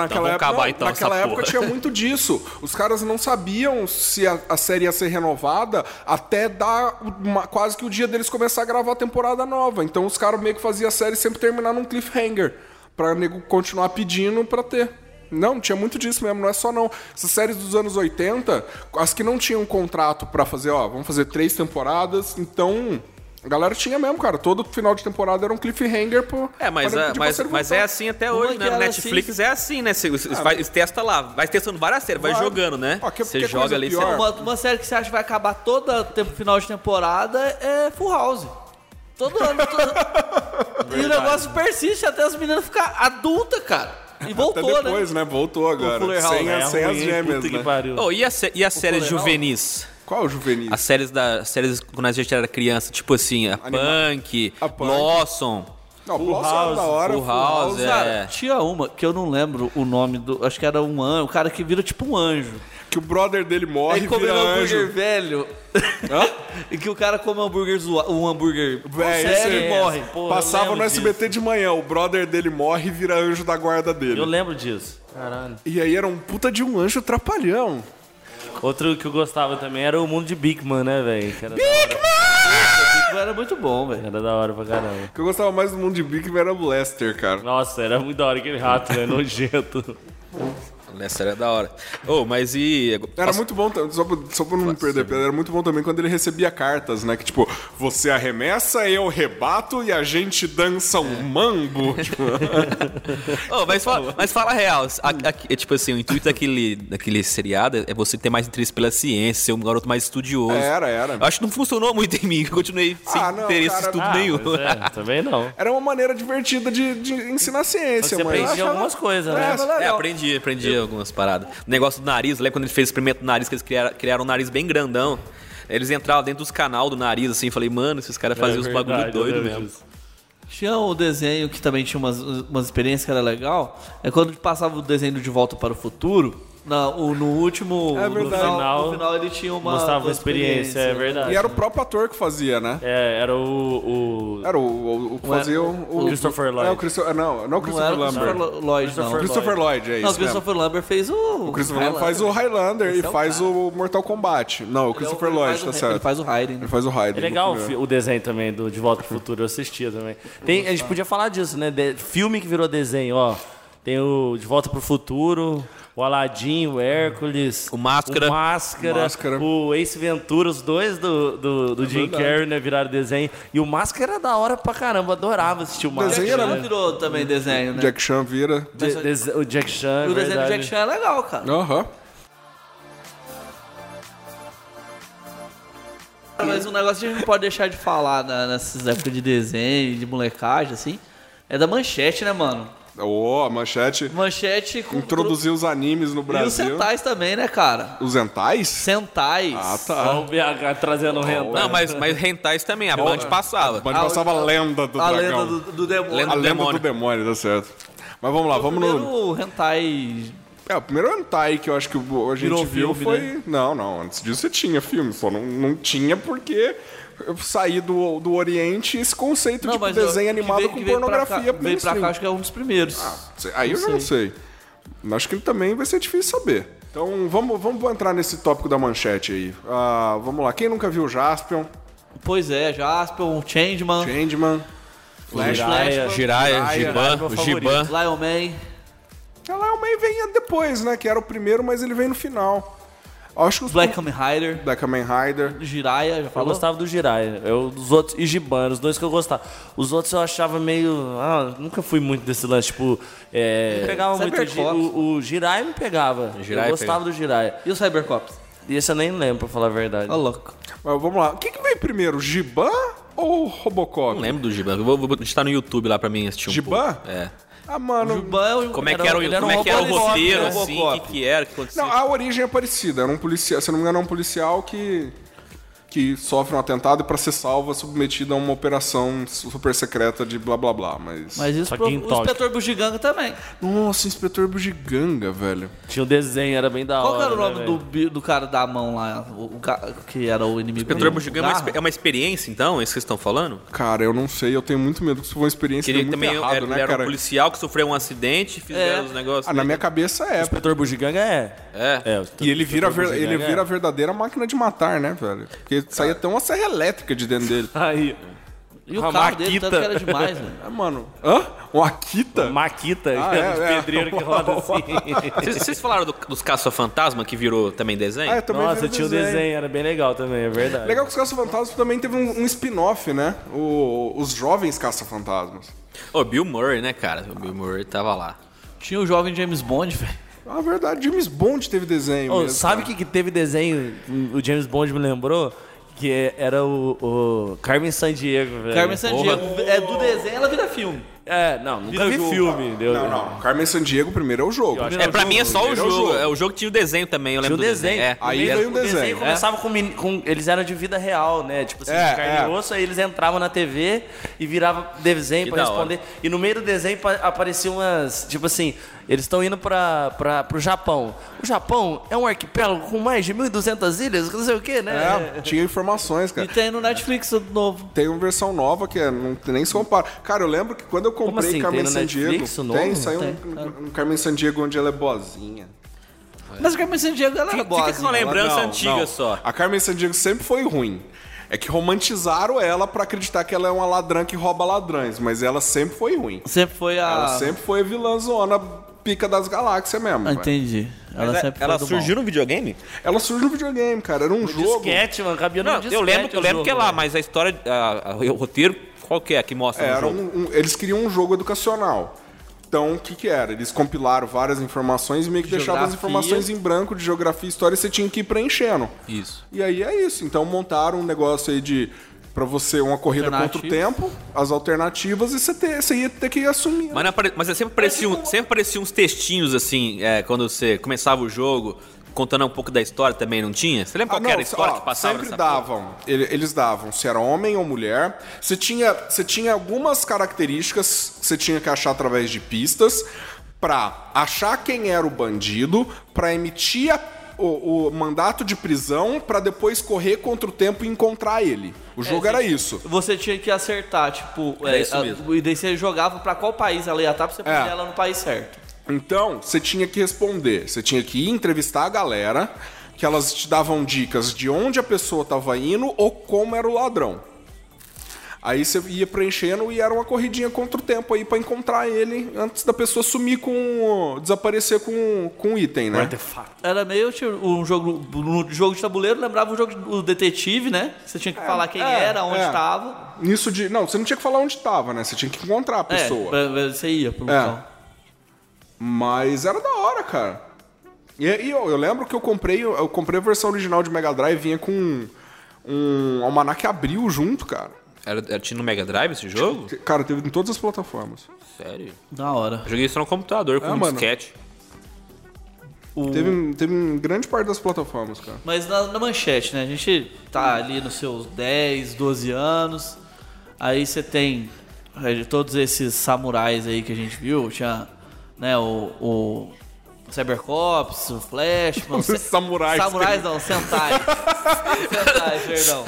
naquela época tinha muito disso. Os caras não sabiam se a série ia ser renovada até dar quase que o dia deles começar a gravar a temporada nova. Então os caras meio que faziam a série sempre terminar num cliffhanger. Pra nego continuar pedindo pra ter. Não, tinha muito disso mesmo, não é só não. Essas séries dos anos 80, as que não tinham contrato pra fazer, vamos fazer 3 temporadas, então... A galera tinha mesmo, cara. Todo final de temporada era um cliffhanger, pô. Mas é assim até hoje, né? No Netflix assim? É assim, né? Você testa lá, vai testando várias séries, vai jogando, né? Você joga ali. Uma série que você acha que vai acabar todo final de temporada é Full House. Todo ano. E o negócio persiste até as meninas ficarem adultas, cara. E voltou, até depois, né? Voltou agora. Sem as gêmeas, né? E as séries juvenis? Qual o juvenil? As séries quando a gente era criança, tipo assim, a Punk, Blossom. Não, Blossom era da hora. Full House, cara, tinha uma que eu não lembro o nome do... Acho que era um anjo, o cara que vira tipo um anjo. Que o brother dele morre e vira um anjo. Hambúrguer velho. E que o cara come um hambúrguer sério e morre. Pô, passava no SBT de manhã, o brother dele morre e vira anjo da guarda dele. Eu lembro disso. Caralho. E aí era um puta de um anjo trapalhão. Outro que eu gostava também era o mundo de Big Man, né, velho? Big Man era muito bom, velho. Era da hora pra caramba. O que eu gostava mais do mundo de Big Man era o Lester, cara. Nossa, era muito da hora aquele rato, né? Nojento. Nessa era da hora. Mas e... Era muito bom, só pra não me perder, era muito bom também quando ele recebia cartas, né? Que tipo, você arremessa, eu rebato e a gente dança um mambo. Tipo... mas fala a real. Tipo assim, o intuito daquele seriado é você ter mais interesse pela ciência, ser um garoto mais estudioso. Era. Eu acho que não funcionou muito em mim, eu continuei sem interesse em estudo nenhum. Também não. Era uma maneira divertida de ensinar ciência, Você mano. aprendia algumas coisas, né? Aprendi algumas paradas. O negócio do nariz, lembra quando ele fez o experimento do nariz, que eles criaram um nariz bem grandão. Eles entravam dentro dos canal do nariz, assim, falei, mano, esses caras faziam os bagulho doido mesmo. Tinha o desenho que também tinha umas experiências que era legal. É quando passava o desenho de Volta para o Futuro. No último. É verdade. No final ele tinha uma. Mostrava uma experiência, é verdade. E era o próprio ator que fazia, né? Era o Era o que fazia o Christopher Lloyd. Não o Christopher Lambert. Christopher Lloyd, é isso. Não, o Christopher Lambert fez o Christopher Lambert faz o Highlander e faz o Mortal Kombat. Não, o Christopher Lloyd, tá certo. Ele faz o Raiden. Ele faz o Raiden. É legal o desenho também do De Volta pro Futuro, eu assistia também. A gente podia falar disso, né? Filme que virou desenho, ó. Tem o De Volta pro Futuro, o Aladdin, o Hércules, o Máscara, o Ace Ventura, os dois do Jim Carrey, né, viraram desenho. E o Máscara era da hora pra caramba, adorava assistir o Máscara. Jack Chan virou também desenho, né? Jack Chan vira. O Jack Chan, o desenho do Jack Chan é legal, cara. Aham. Mas um negócio que a gente não pode deixar de falar nessas épocas de desenho, de molecagem, assim, é da Manchete, né, mano? A Manchete introduziu os animes no Brasil. E os Sentais também, né, cara? Os Sentais? Sentais. Ah, tá. Ó, o BH trazendo hentai. Não, mas Hentais também, a Band passava. A Band passava a Lenda do Dragão. A Lenda do Demônio. A Lenda do Demônio, tá certo. Mas vamos lá, vamos no... O Hentai... O primeiro Hentai que eu acho que a gente viu filme, foi... Né? Não, antes disso você tinha filme, só não tinha porque... Eu saí do Oriente esse conceito de desenho animado com pornografia. Veio pra cá, acho que é um dos primeiros. Aí eu já não sei. Acho que ele também vai ser difícil saber. Então vamos entrar nesse tópico da Manchete aí. Vamos lá. Quem nunca viu o Jaspion? Pois é, Jaspion, Changeman, Flash, Jiraiya, Giban, Lion Man. Lion Man vem depois, né? Que era o primeiro, mas ele vem no final. Acho que Black Kamen Rider. Jiraiya, já falou? Eu gostava do Jiraiya. Dos outros, e Giban, os dois que eu gostava. Os outros eu achava meio... nunca fui muito desse lance, tipo... me pegava muito... O Jiraiya me pegava. Eu gostava do Jiraiya. E o Cybercops? E esse eu nem lembro, pra falar a verdade. Louco. Mas vamos lá. O que veio primeiro, Giban ou Robocop? Não lembro do Giban. Vou digitar no YouTube lá pra mim assistir um pouco. Giban? É. Mano... Como é que era o roteiro, assim? O que era? Que acontecia? Não, a origem é parecida. Era um policial, se não me engano, é um policial que sofre um atentado e pra ser salvo é submetido a uma operação super secreta de blá blá blá. Mas isso o Inspetor Bugiganga também. Nossa, o Inspetor Bugiganga, velho. Tinha um desenho, era bem da hora. Qual era o nome do cara da mão lá? Que era o inimigo. O Inspetor Bugiganga é uma experiência, então? É isso que vocês estão falando? Cara, eu não sei. Eu tenho muito medo que isso foi uma experiência muito também errado, né, cara? Era um policial que sofreu um acidente e fizeram os negócios. Na minha cabeça é. O Inspetor Bugiganga E ele vira a verdadeira máquina de matar, né, velho? Porque saía até uma serra elétrica de dentro dele. Aí. E o carro dele tanto que era demais, velho. Mano. Uma Akita? Uma Akita, de pedreiro que roda assim. Vocês falaram dos Caça-Fantasma que virou também desenho? Nossa, tinha o desenho, era bem legal também, é verdade. Legal que os Caça-Fantasmas também teve um spin-off, né? Os Jovens Caça-Fantasmas. Bill Murray, né, cara? O Bill Murray tava lá. Tinha o jovem James Bond, velho. Verdade, James Bond teve desenho mesmo. Sabe o que teve desenho? O James Bond me lembrou? Que era o Carmen Sandiego, velho. Carmen Sandiego. É do desenho, ela vira filme. Nunca vi filme. Não. Carmen Sandiego primeiro é o jogo. Pra mim é só o jogo. É o jogo que tinha o desenho também, eu lembro do desenho. Aí veio um desenho. O desenho começava com... Eles eram de vida real, né? Tipo assim, de carne e osso, aí eles entravam na TV e viravam desenho pra responder. E no meio do desenho apareciam umas... Tipo assim, eles estão indo pro Japão. O Japão é um arquipélago com mais de 1.200 ilhas, não sei o quê, né? Tinha informações, cara. E tem no Netflix novo. Tem uma versão nova que não tem nem se compara. Cara, eu lembro que quando eu comprei assim? Carmen Sandiego... Saiu um Carmen Sandiego onde ela é boazinha. Mas a Carmen Sandiego, ela era boazinha. Fica com uma lembrança antiga só. A Carmen Sandiego sempre foi ruim. É que romantizaram ela pra acreditar que ela é uma ladrã que rouba ladrões, mas ela sempre foi ruim. Ela sempre foi a vilãzona pica das galáxias mesmo. Entendi. Ela surgiu no videogame? Ela surgiu no videogame, cara. Era um jogo. Disquete, mano. Cabia no disquete. Eu lembro que é lá, mas a história, o roteiro, qual que é que mostra no jogo? Eles queriam um jogo educacional. Então, o que era? Eles compilaram várias informações e meio que deixavam as informações em branco de geografia e história e você tinha que ir preenchendo. Isso. E aí é isso. Então, montaram um negócio aí de... Pra você, uma corrida contra o tempo, as alternativas, e você ia ter que assumir. Mas sempre apareciam uns textinhos, assim, quando você começava o jogo... Contando um pouco da história também, não tinha? Você lembra qual era a história que passava? Sempre davam. Eles davam se era homem ou mulher. Você tinha algumas características que você tinha que achar através de pistas pra achar quem era o bandido, pra emitir o mandato de prisão, pra depois correr contra o tempo e encontrar ele. O jogo era isso. Você tinha que acertar, tipo... isso mesmo. E daí você jogava pra qual país ela ia estar pra você pegar ela no país certo. Então, você tinha que responder. Você tinha que ir entrevistar a galera, que elas te davam dicas de onde a pessoa estava indo ou como era o ladrão. Aí você ia preenchendo e era uma corridinha contra o tempo aí pra encontrar ele antes da pessoa sumir desaparecer com o item, né? Era meio um jogo... No jogo de tabuleiro, lembrava o jogo do detetive, né? Você tinha que falar quem era, onde estava. Não, você não tinha que falar onde estava, né? Você tinha que encontrar a pessoa. Você ia pro local. Mas era da hora, cara. E eu lembro que eu comprei a versão original de Mega Drive, vinha com um almanaque Abril junto, cara. Tinha no Mega Drive esse jogo? Cara, teve em todas as plataformas. Sério? Da hora. Eu joguei isso no computador com um disquete. Teve em grande parte das plataformas, cara. Mas na manchete, né? A gente tá ali nos seus 10, 12 anos. Aí você tem todos esses samurais aí que a gente viu. Tinha... né, o Cybercops, o Flash... Os samurais. Samurais não, Sentai. Sentai, perdão.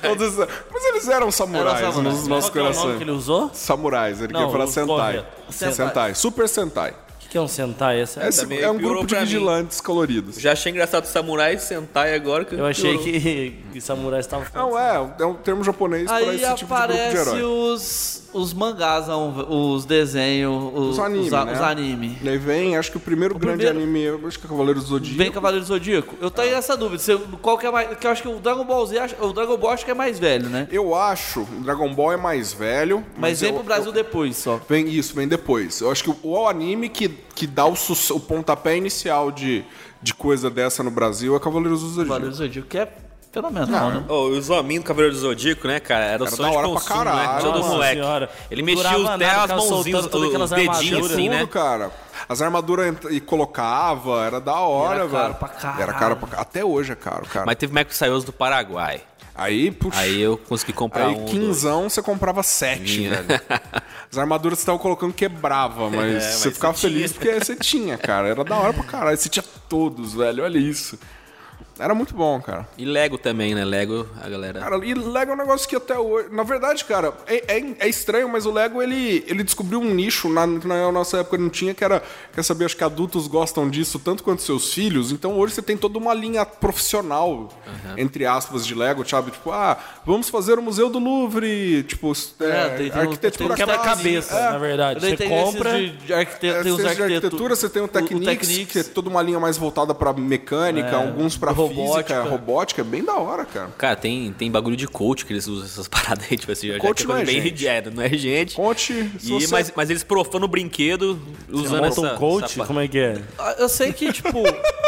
Mas eles eram samurais nos nossos corações. Qual é o nome que ele usou? Samurais, ele queria falar Sentai. Sentai. Super Sentai. O que é um Sentai? É um grupo de vigilantes coloridos. Já achei engraçado samurai, Sentai agora. Eu achei que samurais estavam falando. Não, é um termo japonês para esse tipo de grupo de herói. Aí aparece os mangás, os desenhos, os anime. E aí vem, acho que o primeiro grande anime, acho que é Cavaleiro do Zodíaco. Vem Cavaleiro do Zodíaco. Eu tenho essa dúvida, qual que é mais... Que eu acho que o Dragon Ball Z, o Dragon Ball acho que é mais velho, né? Eu acho, o Dragon Ball é mais velho. Mas vem pro Brasil depois só. Vem depois. Eu acho que o anime que dá o pontapé inicial de coisa dessa no Brasil é Cavaleiros do Zodíaco. Cavaleiros do Zodíaco, que é fenomenal, né? Os hominhos do Cavaleiro do Zodíaco, né, cara? Era o sonho de consumo, né? Todo moleque. Ele mexia até as mãozinhas, os dedinhos assim, né? Cara. As armaduras e colocava, era da hora, velho. Era caro pra caralho. Era caro pra caralho. Até hoje é caro, cara. Mas teve uma época que saiu os do Paraguai. Aí, puxa. Aí eu consegui comprar aí, quinzão, você comprava 7, velho. As armaduras que você tava colocando quebrava, mas você ficava feliz porque você tinha, cara. Era da hora pra caralho. Você tinha todos, velho. Olha isso. Era muito bom, cara. E Lego também, né? Lego, a galera... Cara, e Lego é um negócio que até hoje... Na verdade, cara, é estranho, mas o Lego, ele descobriu um nicho na nossa época não tinha, que era... Quer saber, acho que adultos gostam disso tanto quanto seus filhos. Então, hoje você tem toda uma linha profissional, entre aspas, de Lego, sabe? Tipo, vamos fazer o Museu do Louvre. Tipo, arquitetura... Quebra-cabeça, na verdade. Você compra... de arquitetura, você tem o Technics, que é toda uma linha mais voltada pra mecânica, alguns pra robótica, é bem da hora, cara. Cara, tem bagulho de coach que eles usam essas paradas aí, tipo assim, coach não é bem gente. Não é gente. Coach, mas eles profanam o brinquedo usando essa... coach? Como é que é? Eu sei que, tipo...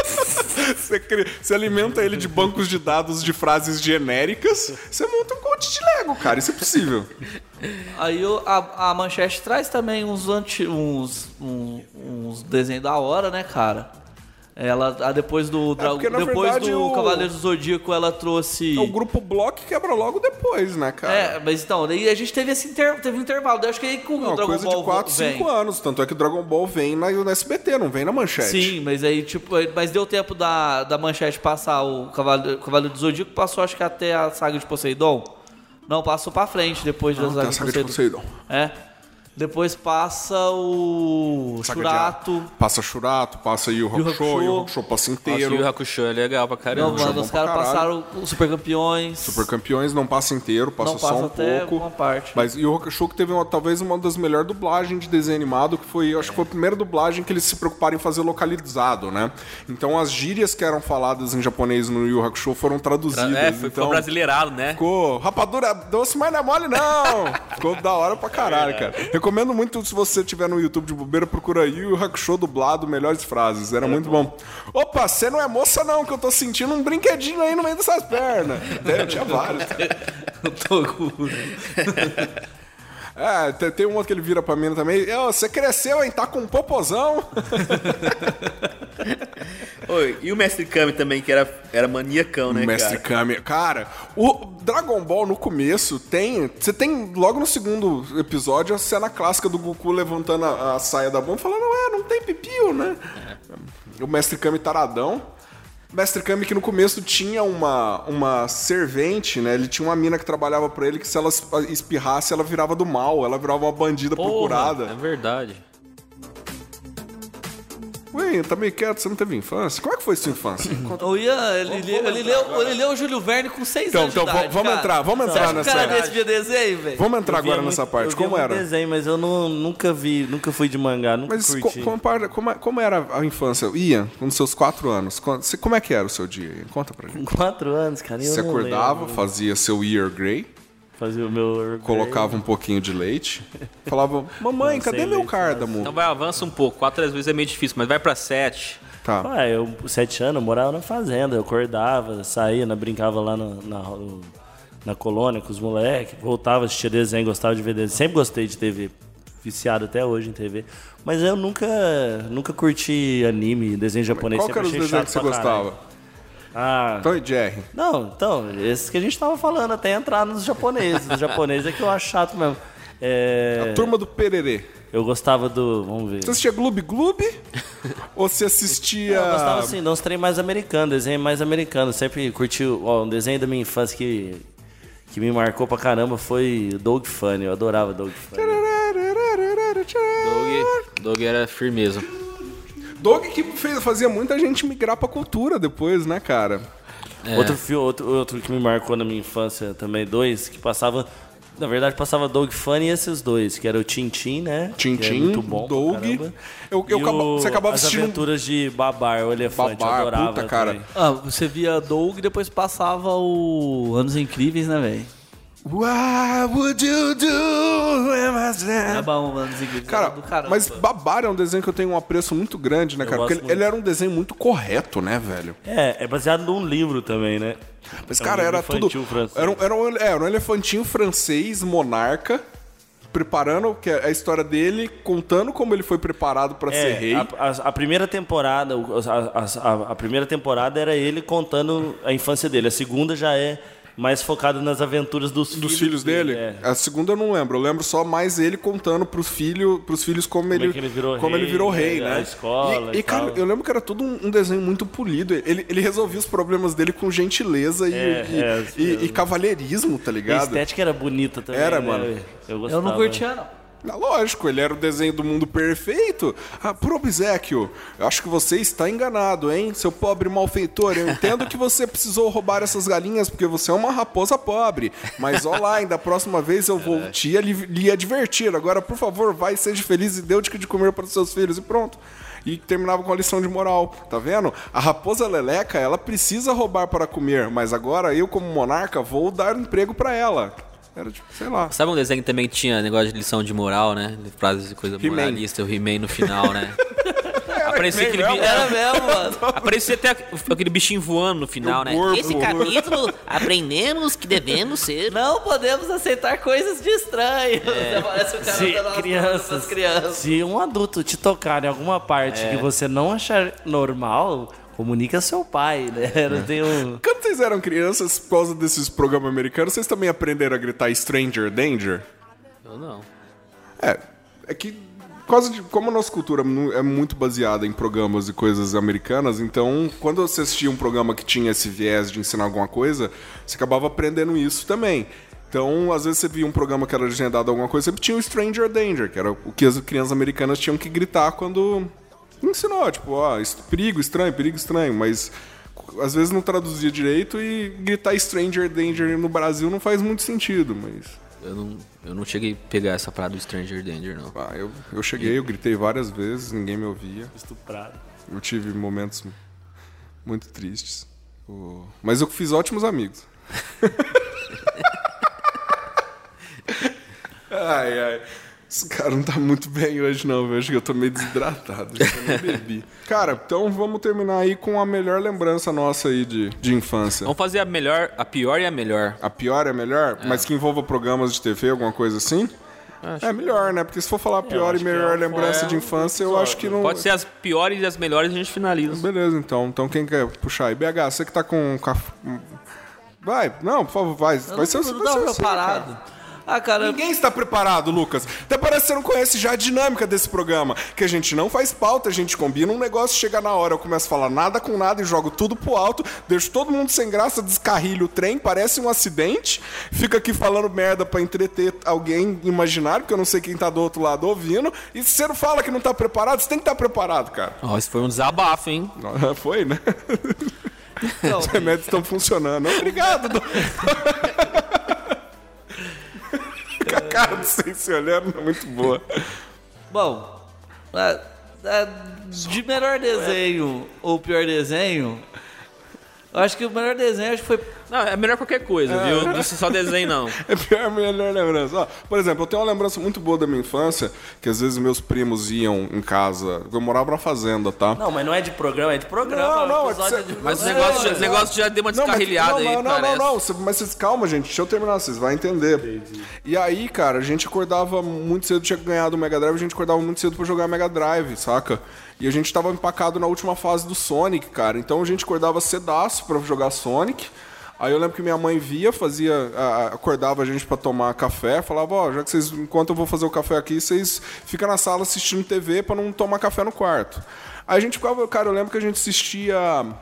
Você alimenta ele de bancos de dados de frases genéricas, você monta um coach de Lego, cara, isso é possível. Aí a Manchete traz também uns desenhos da hora, né, cara? Ela, depois do Cavaleiro do Zodíaco, ela trouxe... O grupo Block quebra logo depois, né, cara? Mas então, daí a gente teve teve um intervalo. Acho que aí com o Dragon coisa Ball de 4, 5 anos. Tanto é que o Dragon Ball vem na SBT, não vem na Manchete. Sim, mas aí, tipo... Mas deu tempo da Manchete passar o Cavaleiro do Zodíaco, passou acho que até a saga de Poseidon. Não, passou pra frente depois da saga de Poseidon. Depois passa o Churato. Passa Churato, passa Yu Hakusho passa inteiro. Yu Hakusho é legal pra caramba. Não, mano, os caras passaram os Super Campeões. Super Campeões não passa inteiro, passa só um pouco. Uma parte. Mas Yu Hakusho que teve talvez uma das melhores dublagens de desenho animado, que foi, acho que foi a primeira dublagem que eles se preocuparam em fazer localizado, né? Então as gírias que eram faladas em japonês no Yu Hakusho foram traduzidas. Ficou brasileirado, né? Ficou rapadura doce, mas não é mole não! Ficou da hora pra caralho, cara. Recomendo muito, se você tiver no YouTube de bobeira, procura aí o Hakusho dublado, melhores frases. Era muito bom. Opa, você não é moça não, que eu tô sentindo um brinquedinho aí no meio dessas pernas. Eu tinha vários. Eu tô com... Tem um outro que ele vira pra mim também. Você cresceu, hein? Tá com um popozão. Oi, e o Mestre Kami também, que era maniacão, né, Mestre Kami. Cara, o Dragon Ball no começo você tem logo no segundo episódio a cena clássica do Goku levantando a saia da bomba falando, não tem pipiu, né? O Mestre Kami taradão. Mestre Kami que no começo tinha uma servente, né? Ele tinha uma mina que trabalhava pra ele que se ela espirrasse, ela virava do mal. Ela virava uma bandida procurada. É verdade. Ué, tá meio quieto, você não teve infância? Como é que foi sua infância? Ele leu o Júlio Verne com 6 anos de idade, vamos entrar nessa... Cara desse de desenho, velho? Vamos entrar agora nessa parte. Como era? Desenho, mas eu nunca fui de mangá, nunca curti. Como era a infância? Ian, com seus 4 anos, como é que era o seu dia? Conta pra gente. Com 4 anos, cara, Você acordava, fazia seu Earl Grey, fazia o meu... colocava um pouquinho de leite, falava, mamãe, cadê meu cárdaмо? Então avança um pouco, 4 às vezes é meio difícil, mas vai pra 7. Tá. Eu, 7 anos, eu morava na fazenda, eu acordava, saía, brincava lá na colônia com os moleques, voltava, assistia desenho, gostava de ver desenho, sempre gostei de TV, viciado até hoje em TV, mas eu nunca curti anime, desenho japonês. Qual que era os desenhos que você gostava? Tom e Jerry. Não, então, esses que a gente tava falando, até entrar nos japoneses. Os japoneses é que eu acho chato mesmo. A Turma do Pererê. Eu gostava do... Vamos ver. Você assistia Gloob Gloob? Ou você assistia... Eu gostava assim, de uns trem mais americano, desenho mais americano. Sempre curti... um desenho da minha infância que me marcou pra caramba foi Dog Funny. Eu adorava Dog Funny. Dog era firmeza. Dog que fazia muita gente migrar pra cultura depois, né, cara? Outro que me marcou na minha infância também, 2, que passava... Na verdade, passava Dog Funny e esses 2, que era o Tintin, né? Tintin, é muito bom, Dog. Você acabava as assistindo... aventuras de Babar, o elefante, Babar, eu adorava. puta, cara. Você via Dog e depois passava o Anos Incríveis, né, velho? What would you do? É bom, Anos Incríveis. Cara, mas Babar é um desenho que eu tenho um apreço muito grande, né, cara? Porque ele era um desenho muito correto, né, velho? É baseado num livro também, né? Mas, cara, era tudo... Era um elefantinho francês, monarca, preparando a história dele, contando como ele foi preparado pra ser rei. A primeira temporada, a primeira temporada era ele contando a infância dele. A segunda já é mais focada nas aventuras dos filhos dele. A segunda eu não lembro. Eu lembro só mais ele contando pros filhos como ele virou rei, né? A escola e cara, eu lembro que era tudo um desenho muito polido. Ele resolvia os problemas dele com gentileza e cavalheirismo, tá ligado? A estética era bonita também. Era, né? mano. Eu não curtia, não. Lógico, ele era o desenho do mundo perfeito. Por obséquio, eu acho que você está enganado, hein, seu pobre malfeitor. Eu entendo que você precisou roubar essas galinhas porque você é uma raposa pobre. Mas ó lá, da próxima vez eu vou lhe advertir. Agora, por favor, vai, seja feliz e dê o de comer para os seus filhos. E pronto. E terminava com a lição de moral, tá vendo? A raposa Leleca, ela precisa roubar para comer, mas agora eu, como monarca, vou dar emprego para ela. Era tipo, sei lá. Sabe um desenho que também tinha negócio de lição de moral, né? Frases e coisa moralista, o He-Man no final, né? Aparecia aquele Era mesmo, mano. Aparecia até aquele bichinho voando no final, né? Esse capítulo aprendemos que devemos ser. Não podemos aceitar coisas de estranho. Parece o cara crianças. Se um adulto te tocar em alguma parte que você não achar normal, comunica ao seu pai, né? Quando vocês eram crianças, por causa desses programas americanos, vocês também aprenderam a gritar Stranger Danger? Eu não. É que como a nossa cultura é muito baseada em programas e coisas americanas, então quando você assistia um programa que tinha esse viés de ensinar alguma coisa, você acabava aprendendo isso também. Então, às vezes você via um programa que era legendado alguma coisa, sempre tinha o Stranger Danger, que era o que as crianças americanas tinham que gritar quando ensinou, tipo, perigo estranho, mas às vezes não traduzia direito e gritar Stranger Danger no Brasil não faz muito sentido, mas... Eu não cheguei a pegar essa parada do Stranger Danger, não. Eu cheguei, eu gritei várias vezes, ninguém me ouvia. Estuprado. Eu tive momentos muito tristes. Mas eu fiz ótimos amigos. Ai. Esse cara não tá muito bem hoje, não. Eu acho que eu tô meio desidratado. Eu nem bebi. Cara, então vamos terminar aí com a melhor lembrança nossa aí de infância. Vamos fazer a pior e a melhor. A pior e a melhor? É. Mas que envolva programas de TV, alguma coisa assim? É melhor, né? Porque se for falar a pior e melhor lembrança de infância, eu acho que não... Pode ser as piores e as melhores, a gente finaliza. Beleza, então. Então quem quer puxar aí? BH, você que tá com... Vai, não, por favor, vai. Vai ser você, preparado. Cara, ninguém está preparado, Lucas. Até parece que você não conhece já a dinâmica desse programa. Que a gente não faz pauta, a gente combina um negócio, chega na hora, eu começo a falar nada com nada e jogo tudo pro alto, deixo todo mundo sem graça, descarrilho o trem, parece um acidente, fica aqui falando merda pra entreter alguém imaginário, porque eu não sei quem tá do outro lado ouvindo, e se você não fala que não tá preparado, você tem que estar preparado, cara. Isso foi um desabafo, hein? Foi, né? Então, os remédios estão funcionando. Obrigado. A cara do sem se olhando é muito boa. Bom, de melhor desenho ou pior desenho, eu acho que o melhor desenho foi... Não, é melhor qualquer coisa, viu? Não é só desenho, não. É pior, melhor lembrança. Por exemplo, eu tenho uma lembrança muito boa da minha infância, que às vezes meus primos iam em casa... Eu morava na fazenda, tá? Não, mas não é de programa, é de programa. Não, mas o negócio já deu uma descarrilhada aí, parece. Não, mas calma, gente, deixa eu terminar, vocês vão entender. Entendi. E aí, cara, a gente acordava muito cedo, tinha ganhado o Mega Drive, a gente acordava muito cedo pra jogar Mega Drive, saca? E a gente tava empacado na última fase do Sonic, cara. Então a gente acordava cedaço pra jogar Sonic. Aí eu lembro que minha mãe via, acordava a gente pra tomar café, falava, já que vocês, enquanto eu vou fazer o café aqui, vocês ficam na sala assistindo TV pra não tomar café no quarto. Aí a gente ficava, cara, eu lembro que a gente assistia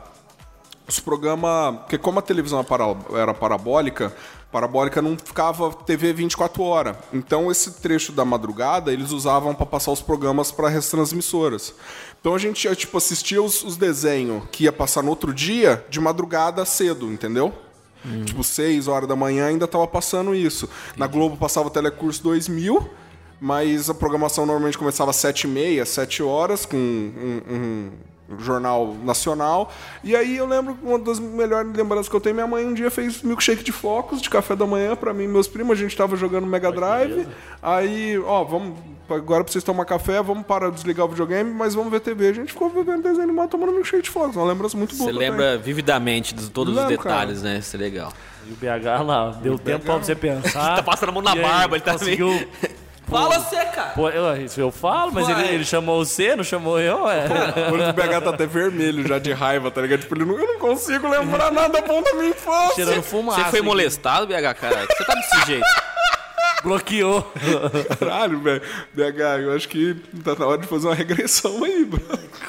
os programas, porque como a televisão era parabólica não ficava TV 24 horas. Então esse trecho da madrugada eles usavam para passar os programas para as transmissoras. Então a gente assistia os desenhos que ia passar no outro dia de madrugada cedo, entendeu? Tipo 6 horas da manhã ainda tava passando isso. Entendi. Na Globo passava o Telecurso 2000, mas a programação normalmente começava às 7h30, 7 horas com um jornal nacional. E aí eu lembro, uma das melhores lembranças que eu tenho, minha mãe um dia fez milkshake de flocos de café da manhã pra mim e meus primos, a gente tava jogando Mega Drive, aí, vamos, agora pra vocês tomar café, vamos parar de desligar o videogame, mas vamos ver TV. A gente ficou vendo desenho animado, tomando milkshake de flocos, uma lembrança muito boa. Você lembra vividamente de todos os detalhes, cara, né? Isso é legal. E o BH lá, deu tempo pra você pensar. Tá passando a mão na barba, ele tá conseguiu... Fala você, cara. Pô, eu falo, mas ele chamou você, não chamou eu, O olho do BH tá até vermelho já de raiva, tá ligado? Tipo, eu não consigo lembrar nada bom da minha infância. Cheirando fumaça. Você foi molestado, BH, cara? Você tá desse jeito? Bloqueou. Caralho, velho. BH, eu acho que tá na hora de fazer uma regressão aí, bro.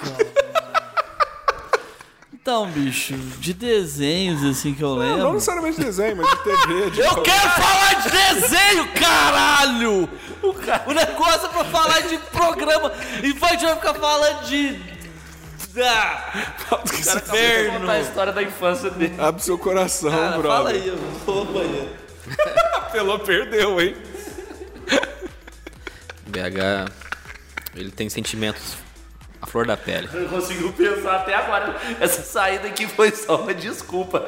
Então, bicho, de desenhos, assim, que eu lembro... Não necessariamente de desenho, mas de TV. Eu quero falar de desenho, caralho! O negócio é pra falar de programa infantil, vai ficar falando de... Inferno! Contar a história da infância dele. Abre seu coração, brother. Fala aí, eu vou ao banheiro. Pelô perdeu, hein? BH, ele tem sentimentos... A flor da pele. Eu não consigo pensar até agora. Essa saída aqui foi só uma desculpa.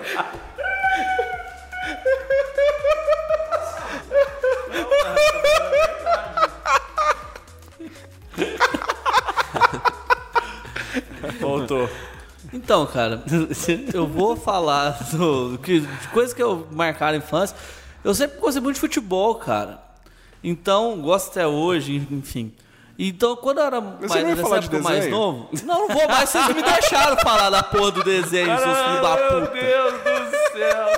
Voltou. Então, cara, eu vou falar de coisas que eu marcaram na infância. Eu sempre gostei muito de futebol, cara. Então, gosto até hoje, enfim. Então, quando eu era mais novo... Não vou mais, vocês me deixaram falar da porra do desenho, seus filhos da puta. Meu Deus do céu.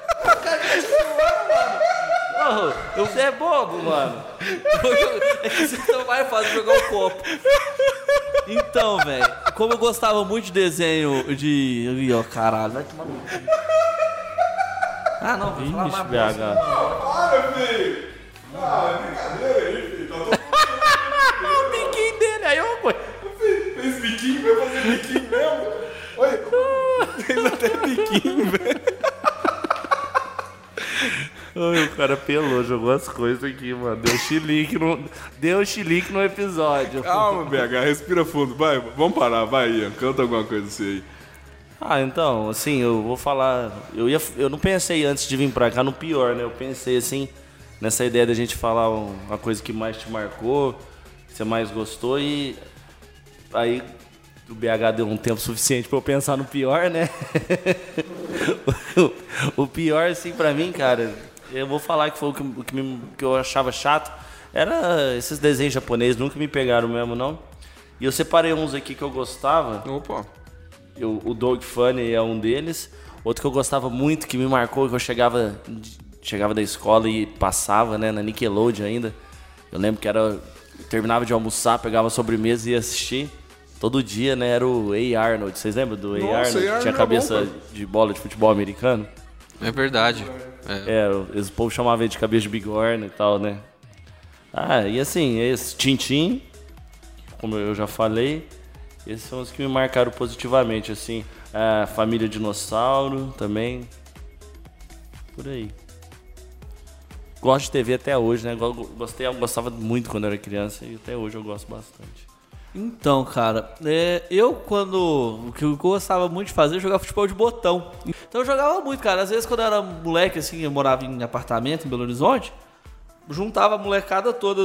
Você é bobo, mano. É que você não vai fazer jogar o copo. Então, velho, como eu gostava muito de desenho de... Ih, ó, caralho, vai tomar no cu. Ah, não, vou falar mais BH. Para, filho! Ah, é brincadeira aí, filho. Tá todo mundo o biquinho dele, aí eu fui. fez biquinho, vai fazer biquinho mesmo? Oi, fez até biquinho, velho. Ai, o cara pelou, jogou as coisas aqui, mano. Deu chilique no episódio. Calma, BH, respira fundo. Vai, vamos parar, vai, Ian. Canta alguma coisa assim aí. Ah, então, assim, eu vou falar... Eu não pensei antes de vir pra cá no pior, né? Eu pensei, assim, nessa ideia da gente falar uma coisa que mais te marcou, que você mais gostou, e aí o BH deu um tempo suficiente pra eu pensar no pior, né? O pior, assim, pra mim, cara, eu vou falar que foi o que eu achava chato, era esses desenhos japoneses, nunca me pegaram mesmo, não. E eu separei uns aqui que eu gostava. Opa. O Dog Funny é um deles. Outro que eu gostava muito, que me marcou, que eu chegava da escola e passava, né, na Nickelodeon ainda. Eu lembro que terminava de almoçar, pegava a sobremesa e ia assistir. Todo dia, né, era o A. Arnold. Vocês lembram do A. Arnold? Que tinha cabeça de bola de futebol americano. É verdade. O povo chamava ele de cabeça de bigorna e tal, né. Ah, e assim, esse Tintin, como eu já falei... Esses são os que me marcaram positivamente, assim. A Família Dinossauro também. Por aí. Gosto de TV até hoje, né? Gostava muito quando era criança e até hoje eu gosto bastante. Então, cara, o que eu gostava muito de fazer, eu jogava futebol de botão. Então eu jogava muito, cara. Às vezes quando eu era moleque, assim, eu morava em apartamento em Belo Horizonte, juntava a molecada toda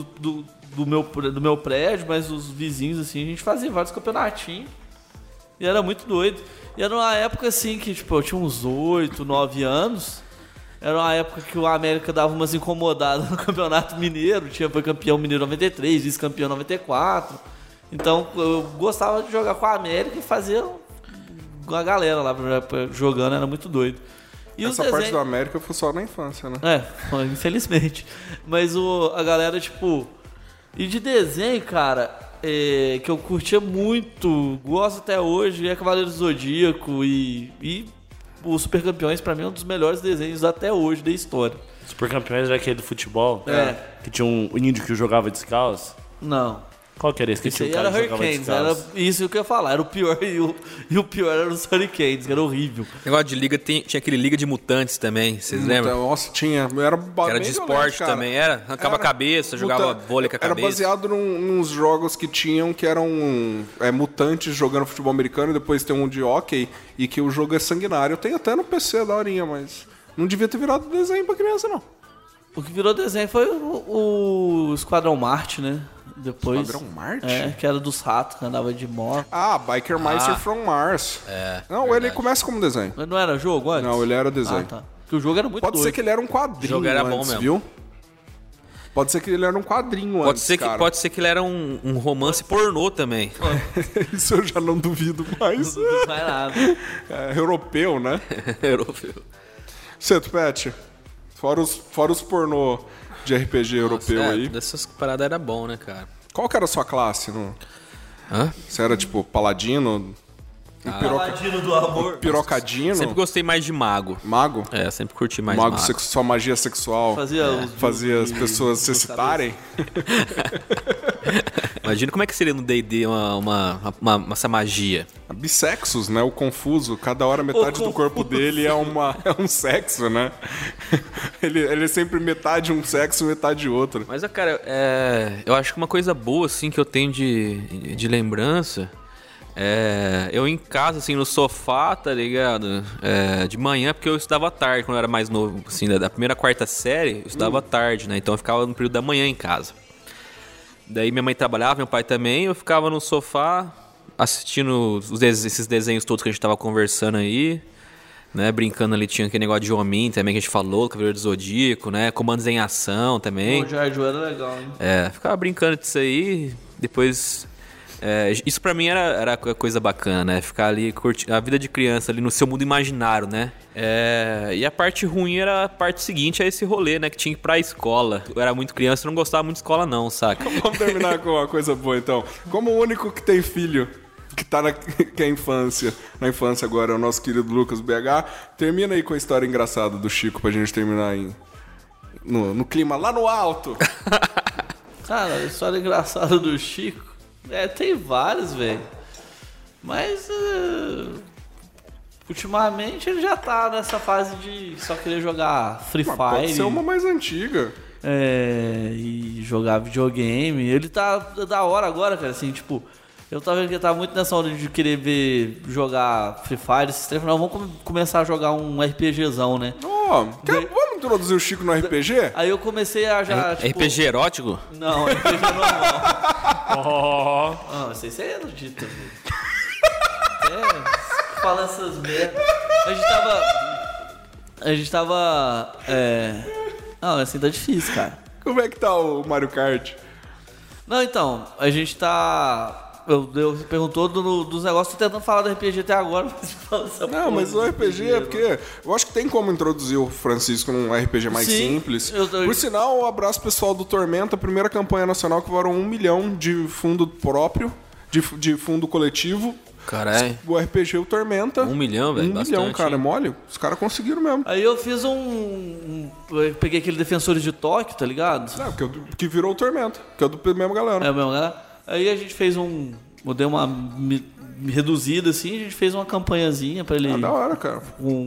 do meu prédio, mas os vizinhos, assim, a gente fazia vários campeonatinhos. E era muito doido. E era uma época, assim, que, tipo, eu tinha uns 8, 9 anos. Era uma época que o América dava umas incomodadas no Campeonato Mineiro. Foi campeão mineiro 93, vice-campeão 94. Então, eu gostava de jogar com a América e fazer com a galera lá jogando, era muito doido. E essa parte do América foi só na infância, né? Infelizmente. Mas a galera, tipo... E de desenho, cara, que eu curtia muito, gosto até hoje, é Cavaleiro do Zodíaco e o Super Campeões, pra mim, é um dos melhores desenhos até hoje da história. Super Campeões era aquele do futebol? Que tinha um índio que jogava descalço? Não. Qual que era esse? Esse aí era Hurricanes, era isso que eu ia falar, era o pior, e o pior era os Hurricanes, que era horrível. Negócio de liga, tinha aquele Liga de Mutantes também, vocês lembram? Nossa, tinha, era de esporte também, arrancava a cabeça, jogava vôlei com a cabeça. Era baseado nos jogos que tinham, que eram mutantes jogando futebol americano, e depois tem um de hockey, e que o jogo é sanguinário. Tem até no PC, da horinha, mas não devia ter virado desenho pra criança, não. O que virou desenho foi o Esquadrão Marte, né? Depois, Esquadrão Marte? Que era dos ratos, que andava de moto. Ah, Biker Mice from Mars. Não, verdade. Ele começa como desenho. Mas não era jogo antes? Não, ele era desenho. Tá. Porque o jogo era muito Pode ser que ele era um quadrinho. O jogo era bom mesmo. Viu? Pode ser que ele era um quadrinho pode ser que ele era um romance pornô também. Isso eu já não duvido mais. Não duvido mais nada. Europeu, né? Europeu. Certo, Pet. Fora os pornô de RPG europeu aí. Dessas paradas era bom, né, cara? Qual que era a sua classe? Você era tipo paladino? Paladino do amor. Pirocadino? Sempre gostei mais de mago. Mago? Sempre curti mais mago. Sua magia sexual. Fazia as pessoas se excitarem. Imagina como é que seria no D&D essa magia. Bissexos, né? O confuso. Cada hora metade do corpo dele é um sexo, né? Ele é sempre metade um sexo, metade outro. Mas, cara, eu acho que uma coisa boa, assim, que eu tenho de lembrança... eu em casa, assim, no sofá, tá ligado? De manhã, porque eu estudava tarde, quando eu era mais novo, assim, da primeira à quarta série, eu estudava tarde, né? Então eu ficava no período da manhã em casa. Daí minha mãe trabalhava, meu pai também, eu ficava no sofá assistindo esses desenhos todos que a gente tava conversando aí, né? Brincando ali, tinha aquele negócio de Jomin também que a gente falou, Cavaleiro do Zodíaco, né? Comandos em Ação também. O Jardim era legal, hein? Ficava brincando disso aí, depois... isso pra mim era coisa bacana, né? Ficar ali, curtir a vida de criança ali no seu mundo imaginário, né? E a parte ruim era a parte seguinte, esse rolê, né? Que tinha que ir pra escola. Eu era muito criança, eu não gostava muito de escola não, saca? Vamos terminar com uma coisa boa, então. Como o único que tem filho que tá que é infância. Na infância agora é o nosso querido Lucas BH. Termina aí com a história engraçada do Chico pra gente terminar no clima lá no alto. Cara, a história engraçada do Chico... tem várias, velho. Mas... ultimamente ele já tá nessa fase de só querer jogar Free Fire. Pode ser uma mais antiga. E jogar videogame. Ele tá da hora agora, cara, assim, tipo... Eu tava vendo que ele tá muito nessa onda de querer ver jogar Free Fire, esses três. Não, vamos começar a jogar um RPGzão, né? Vamos introduzir o Chico no RPG? Aí eu comecei a já, tipo... RPG erótico? Não, RPG normal. Não, isso aí você é erudito, velho. Fala essas merdas. A gente tava... Não, assim tá difícil, cara. Como é que tá o Mario Kart? Não, então, a gente tá... Eu perguntou dos negócios, tô tentando falar do RPG até agora, mas o RPG é porque... Eu acho que tem como introduzir o Francisco num RPG mais simples. Por sinal, um abraço pessoal do Tormenta, primeira campanha nacional que varam 1 milhão de fundo próprio, de fundo coletivo. Caralho. O RPG o Tormenta. 1 milhão, velho. 1 milhão, cara, é mole. Os caras conseguiram mesmo. Aí eu fiz eu peguei aquele Defensores de Tóquio, tá ligado? Que virou o Tormenta, que é do mesmo galera. É o mesmo galera. Aí a gente fez eu dei uma reduzida assim, a gente fez uma campanhazinha pra ele. Da hora, cara.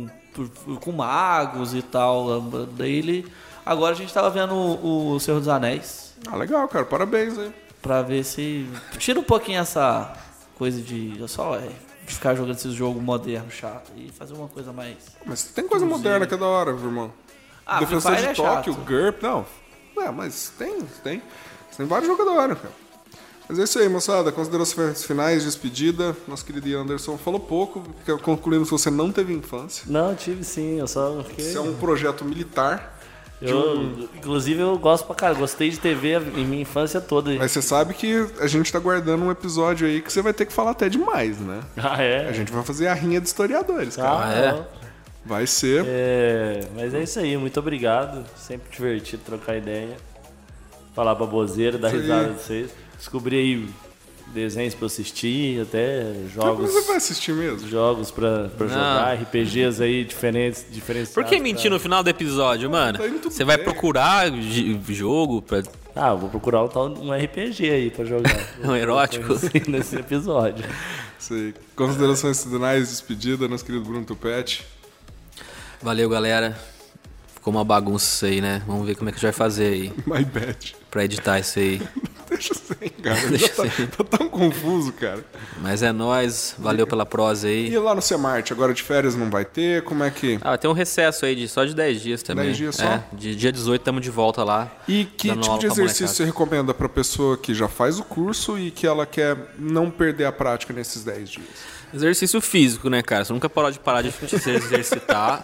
Com magos e tal. Daí agora a gente tava vendo o Senhor dos Anéis. Legal, cara. Parabéns aí. Pra ver se... Tira um pouquinho essa coisa de ficar jogando esses jogos modernos chato e fazer uma coisa mais... Mas tem coisa moderna que é da hora, irmão. Defensor de Tóquio, GURP, não. Mas tem vários jogadores, cara. Mas é isso aí, moçada. Considerações finais, despedida. Nosso querido Anderson falou pouco, concluindo que você não teve infância. Não, tive sim. Eu só fiquei... Isso é um projeto militar. Inclusive, eu gosto pra caralho. Gostei de TV em minha infância toda. Mas você sabe que a gente tá guardando um episódio aí que você vai ter que falar até demais, né? É? A gente vai fazer a rinha de historiadores, cara. Vai ser. Mas é isso aí. Muito obrigado. Sempre divertido trocar ideia. Falar baboseira, dar risada de vocês. Descobri aí desenhos pra assistir, até jogos... Você vai assistir mesmo? Jogos pra jogar, RPGs aí diferentes. Por que mentir no final do episódio, mano? Você vai procurar jogo pra... Eu vou procurar um RPG aí pra jogar. Um erótico? Nesse episódio. Sei. Considerações finais, despedida, nosso querido Bruno Tupete. Valeu, galera. Ficou uma bagunça isso aí, né? Vamos ver como é que a gente vai fazer aí. My bad. Pra editar isso aí. Deixa sem, cara. Tá tão confuso, cara. Mas é nóis. Valeu pela prosa aí. E lá no Semarte, agora de férias não vai ter? Como é que... tem um recesso aí só de 10 dias também. 10 dias só? De dia 18 estamos de volta lá. E que tipo de exercício você recomenda pra pessoa que já faz o curso e que ela quer não perder a prática nesses 10 dias? Exercício físico, né, cara? Você nunca pode parar de se exercitar.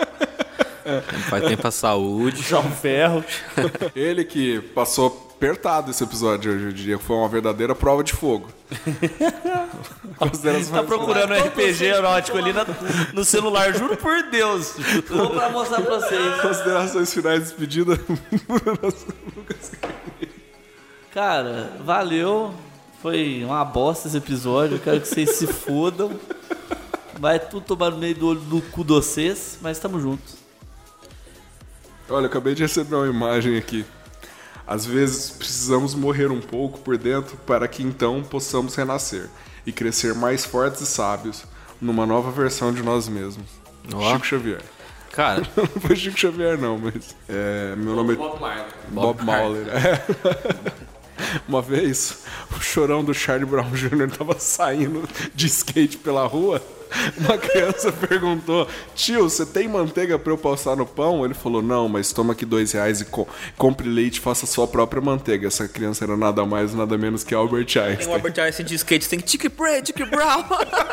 Faz bem pra saúde. João Ferro. Ele que passou apertado esse episódio hoje em dia, foi uma verdadeira prova de fogo. Tá procurando um RPG erótico ali no celular, juro por Deus. Vou pra mostrar pra vocês. Considerações finais, despedida. Cara, valeu. Foi uma bosta esse episódio. Eu quero que vocês se fodam. Vai tudo tomar no meio do olho do cu de vocês, mas tamo juntos. Olha, eu acabei de receber uma imagem aqui. Às vezes precisamos morrer um pouco por dentro para que então possamos renascer e crescer mais fortes e sábios numa nova versão de nós mesmos. Chico Xavier. Cara, não foi Chico Xavier não, mas meu nome é Bob Marley. Uma vez, o chorão do Charlie Brown Jr. tava saindo de skate pela rua. Uma criança perguntou: tio, você tem manteiga pra eu passar no pão? Ele falou: não, mas toma aqui R$2 e compre leite e faça sua própria manteiga. Essa criança era nada mais, nada menos que Albert Einstein. Tem o Albert Einstein de skate, tem Chick Brown.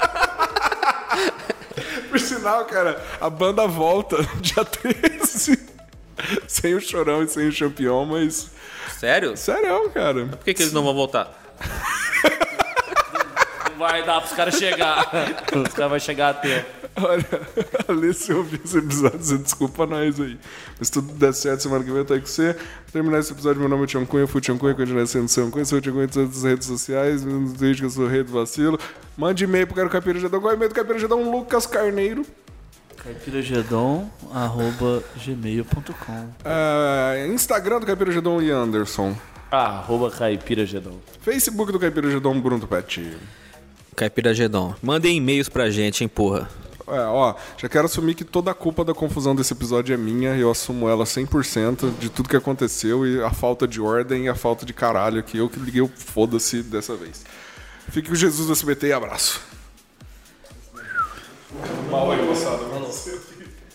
Por sinal, cara, a banda volta dia 13. Sem o Chorão e sem o Champion, mas... Sério? Sério, cara. Por que eles não vão voltar? Não vai dar pros caras chegar. Os caras vão chegar a tempo. Olha, ali se eu ouvir esse episódio, você desculpa nós aí. Mas se tudo der certo, semana que vem eu tô aí com você. Terminar esse episódio, meu nome é Tião Cunha, fui Tião Cunha, continuar sendo Tião Cunha, sou o Tião Cunha em todas as redes sociais, no Twitch que eu sou o rei do vacilo. Mande e-mail pro Caipira Gedon, qual é o e-mail do Caipira Gedon? Lucas Carneiro. caipiragedon@gmail.com. Instagram do Caipira Gedon e Anderson. @caipiragedon. Facebook do Caipira Gedon, Bruno Pet. Caipira Gedon. Mandem e-mails pra gente, hein, porra. Já quero assumir que toda a culpa da confusão desse episódio é minha. Eu assumo ela 100% de tudo que aconteceu e a falta de ordem e a falta de caralho que eu que liguei o foda-se dessa vez. Fique com Jesus do SBT e abraço. Mal aí, moçada.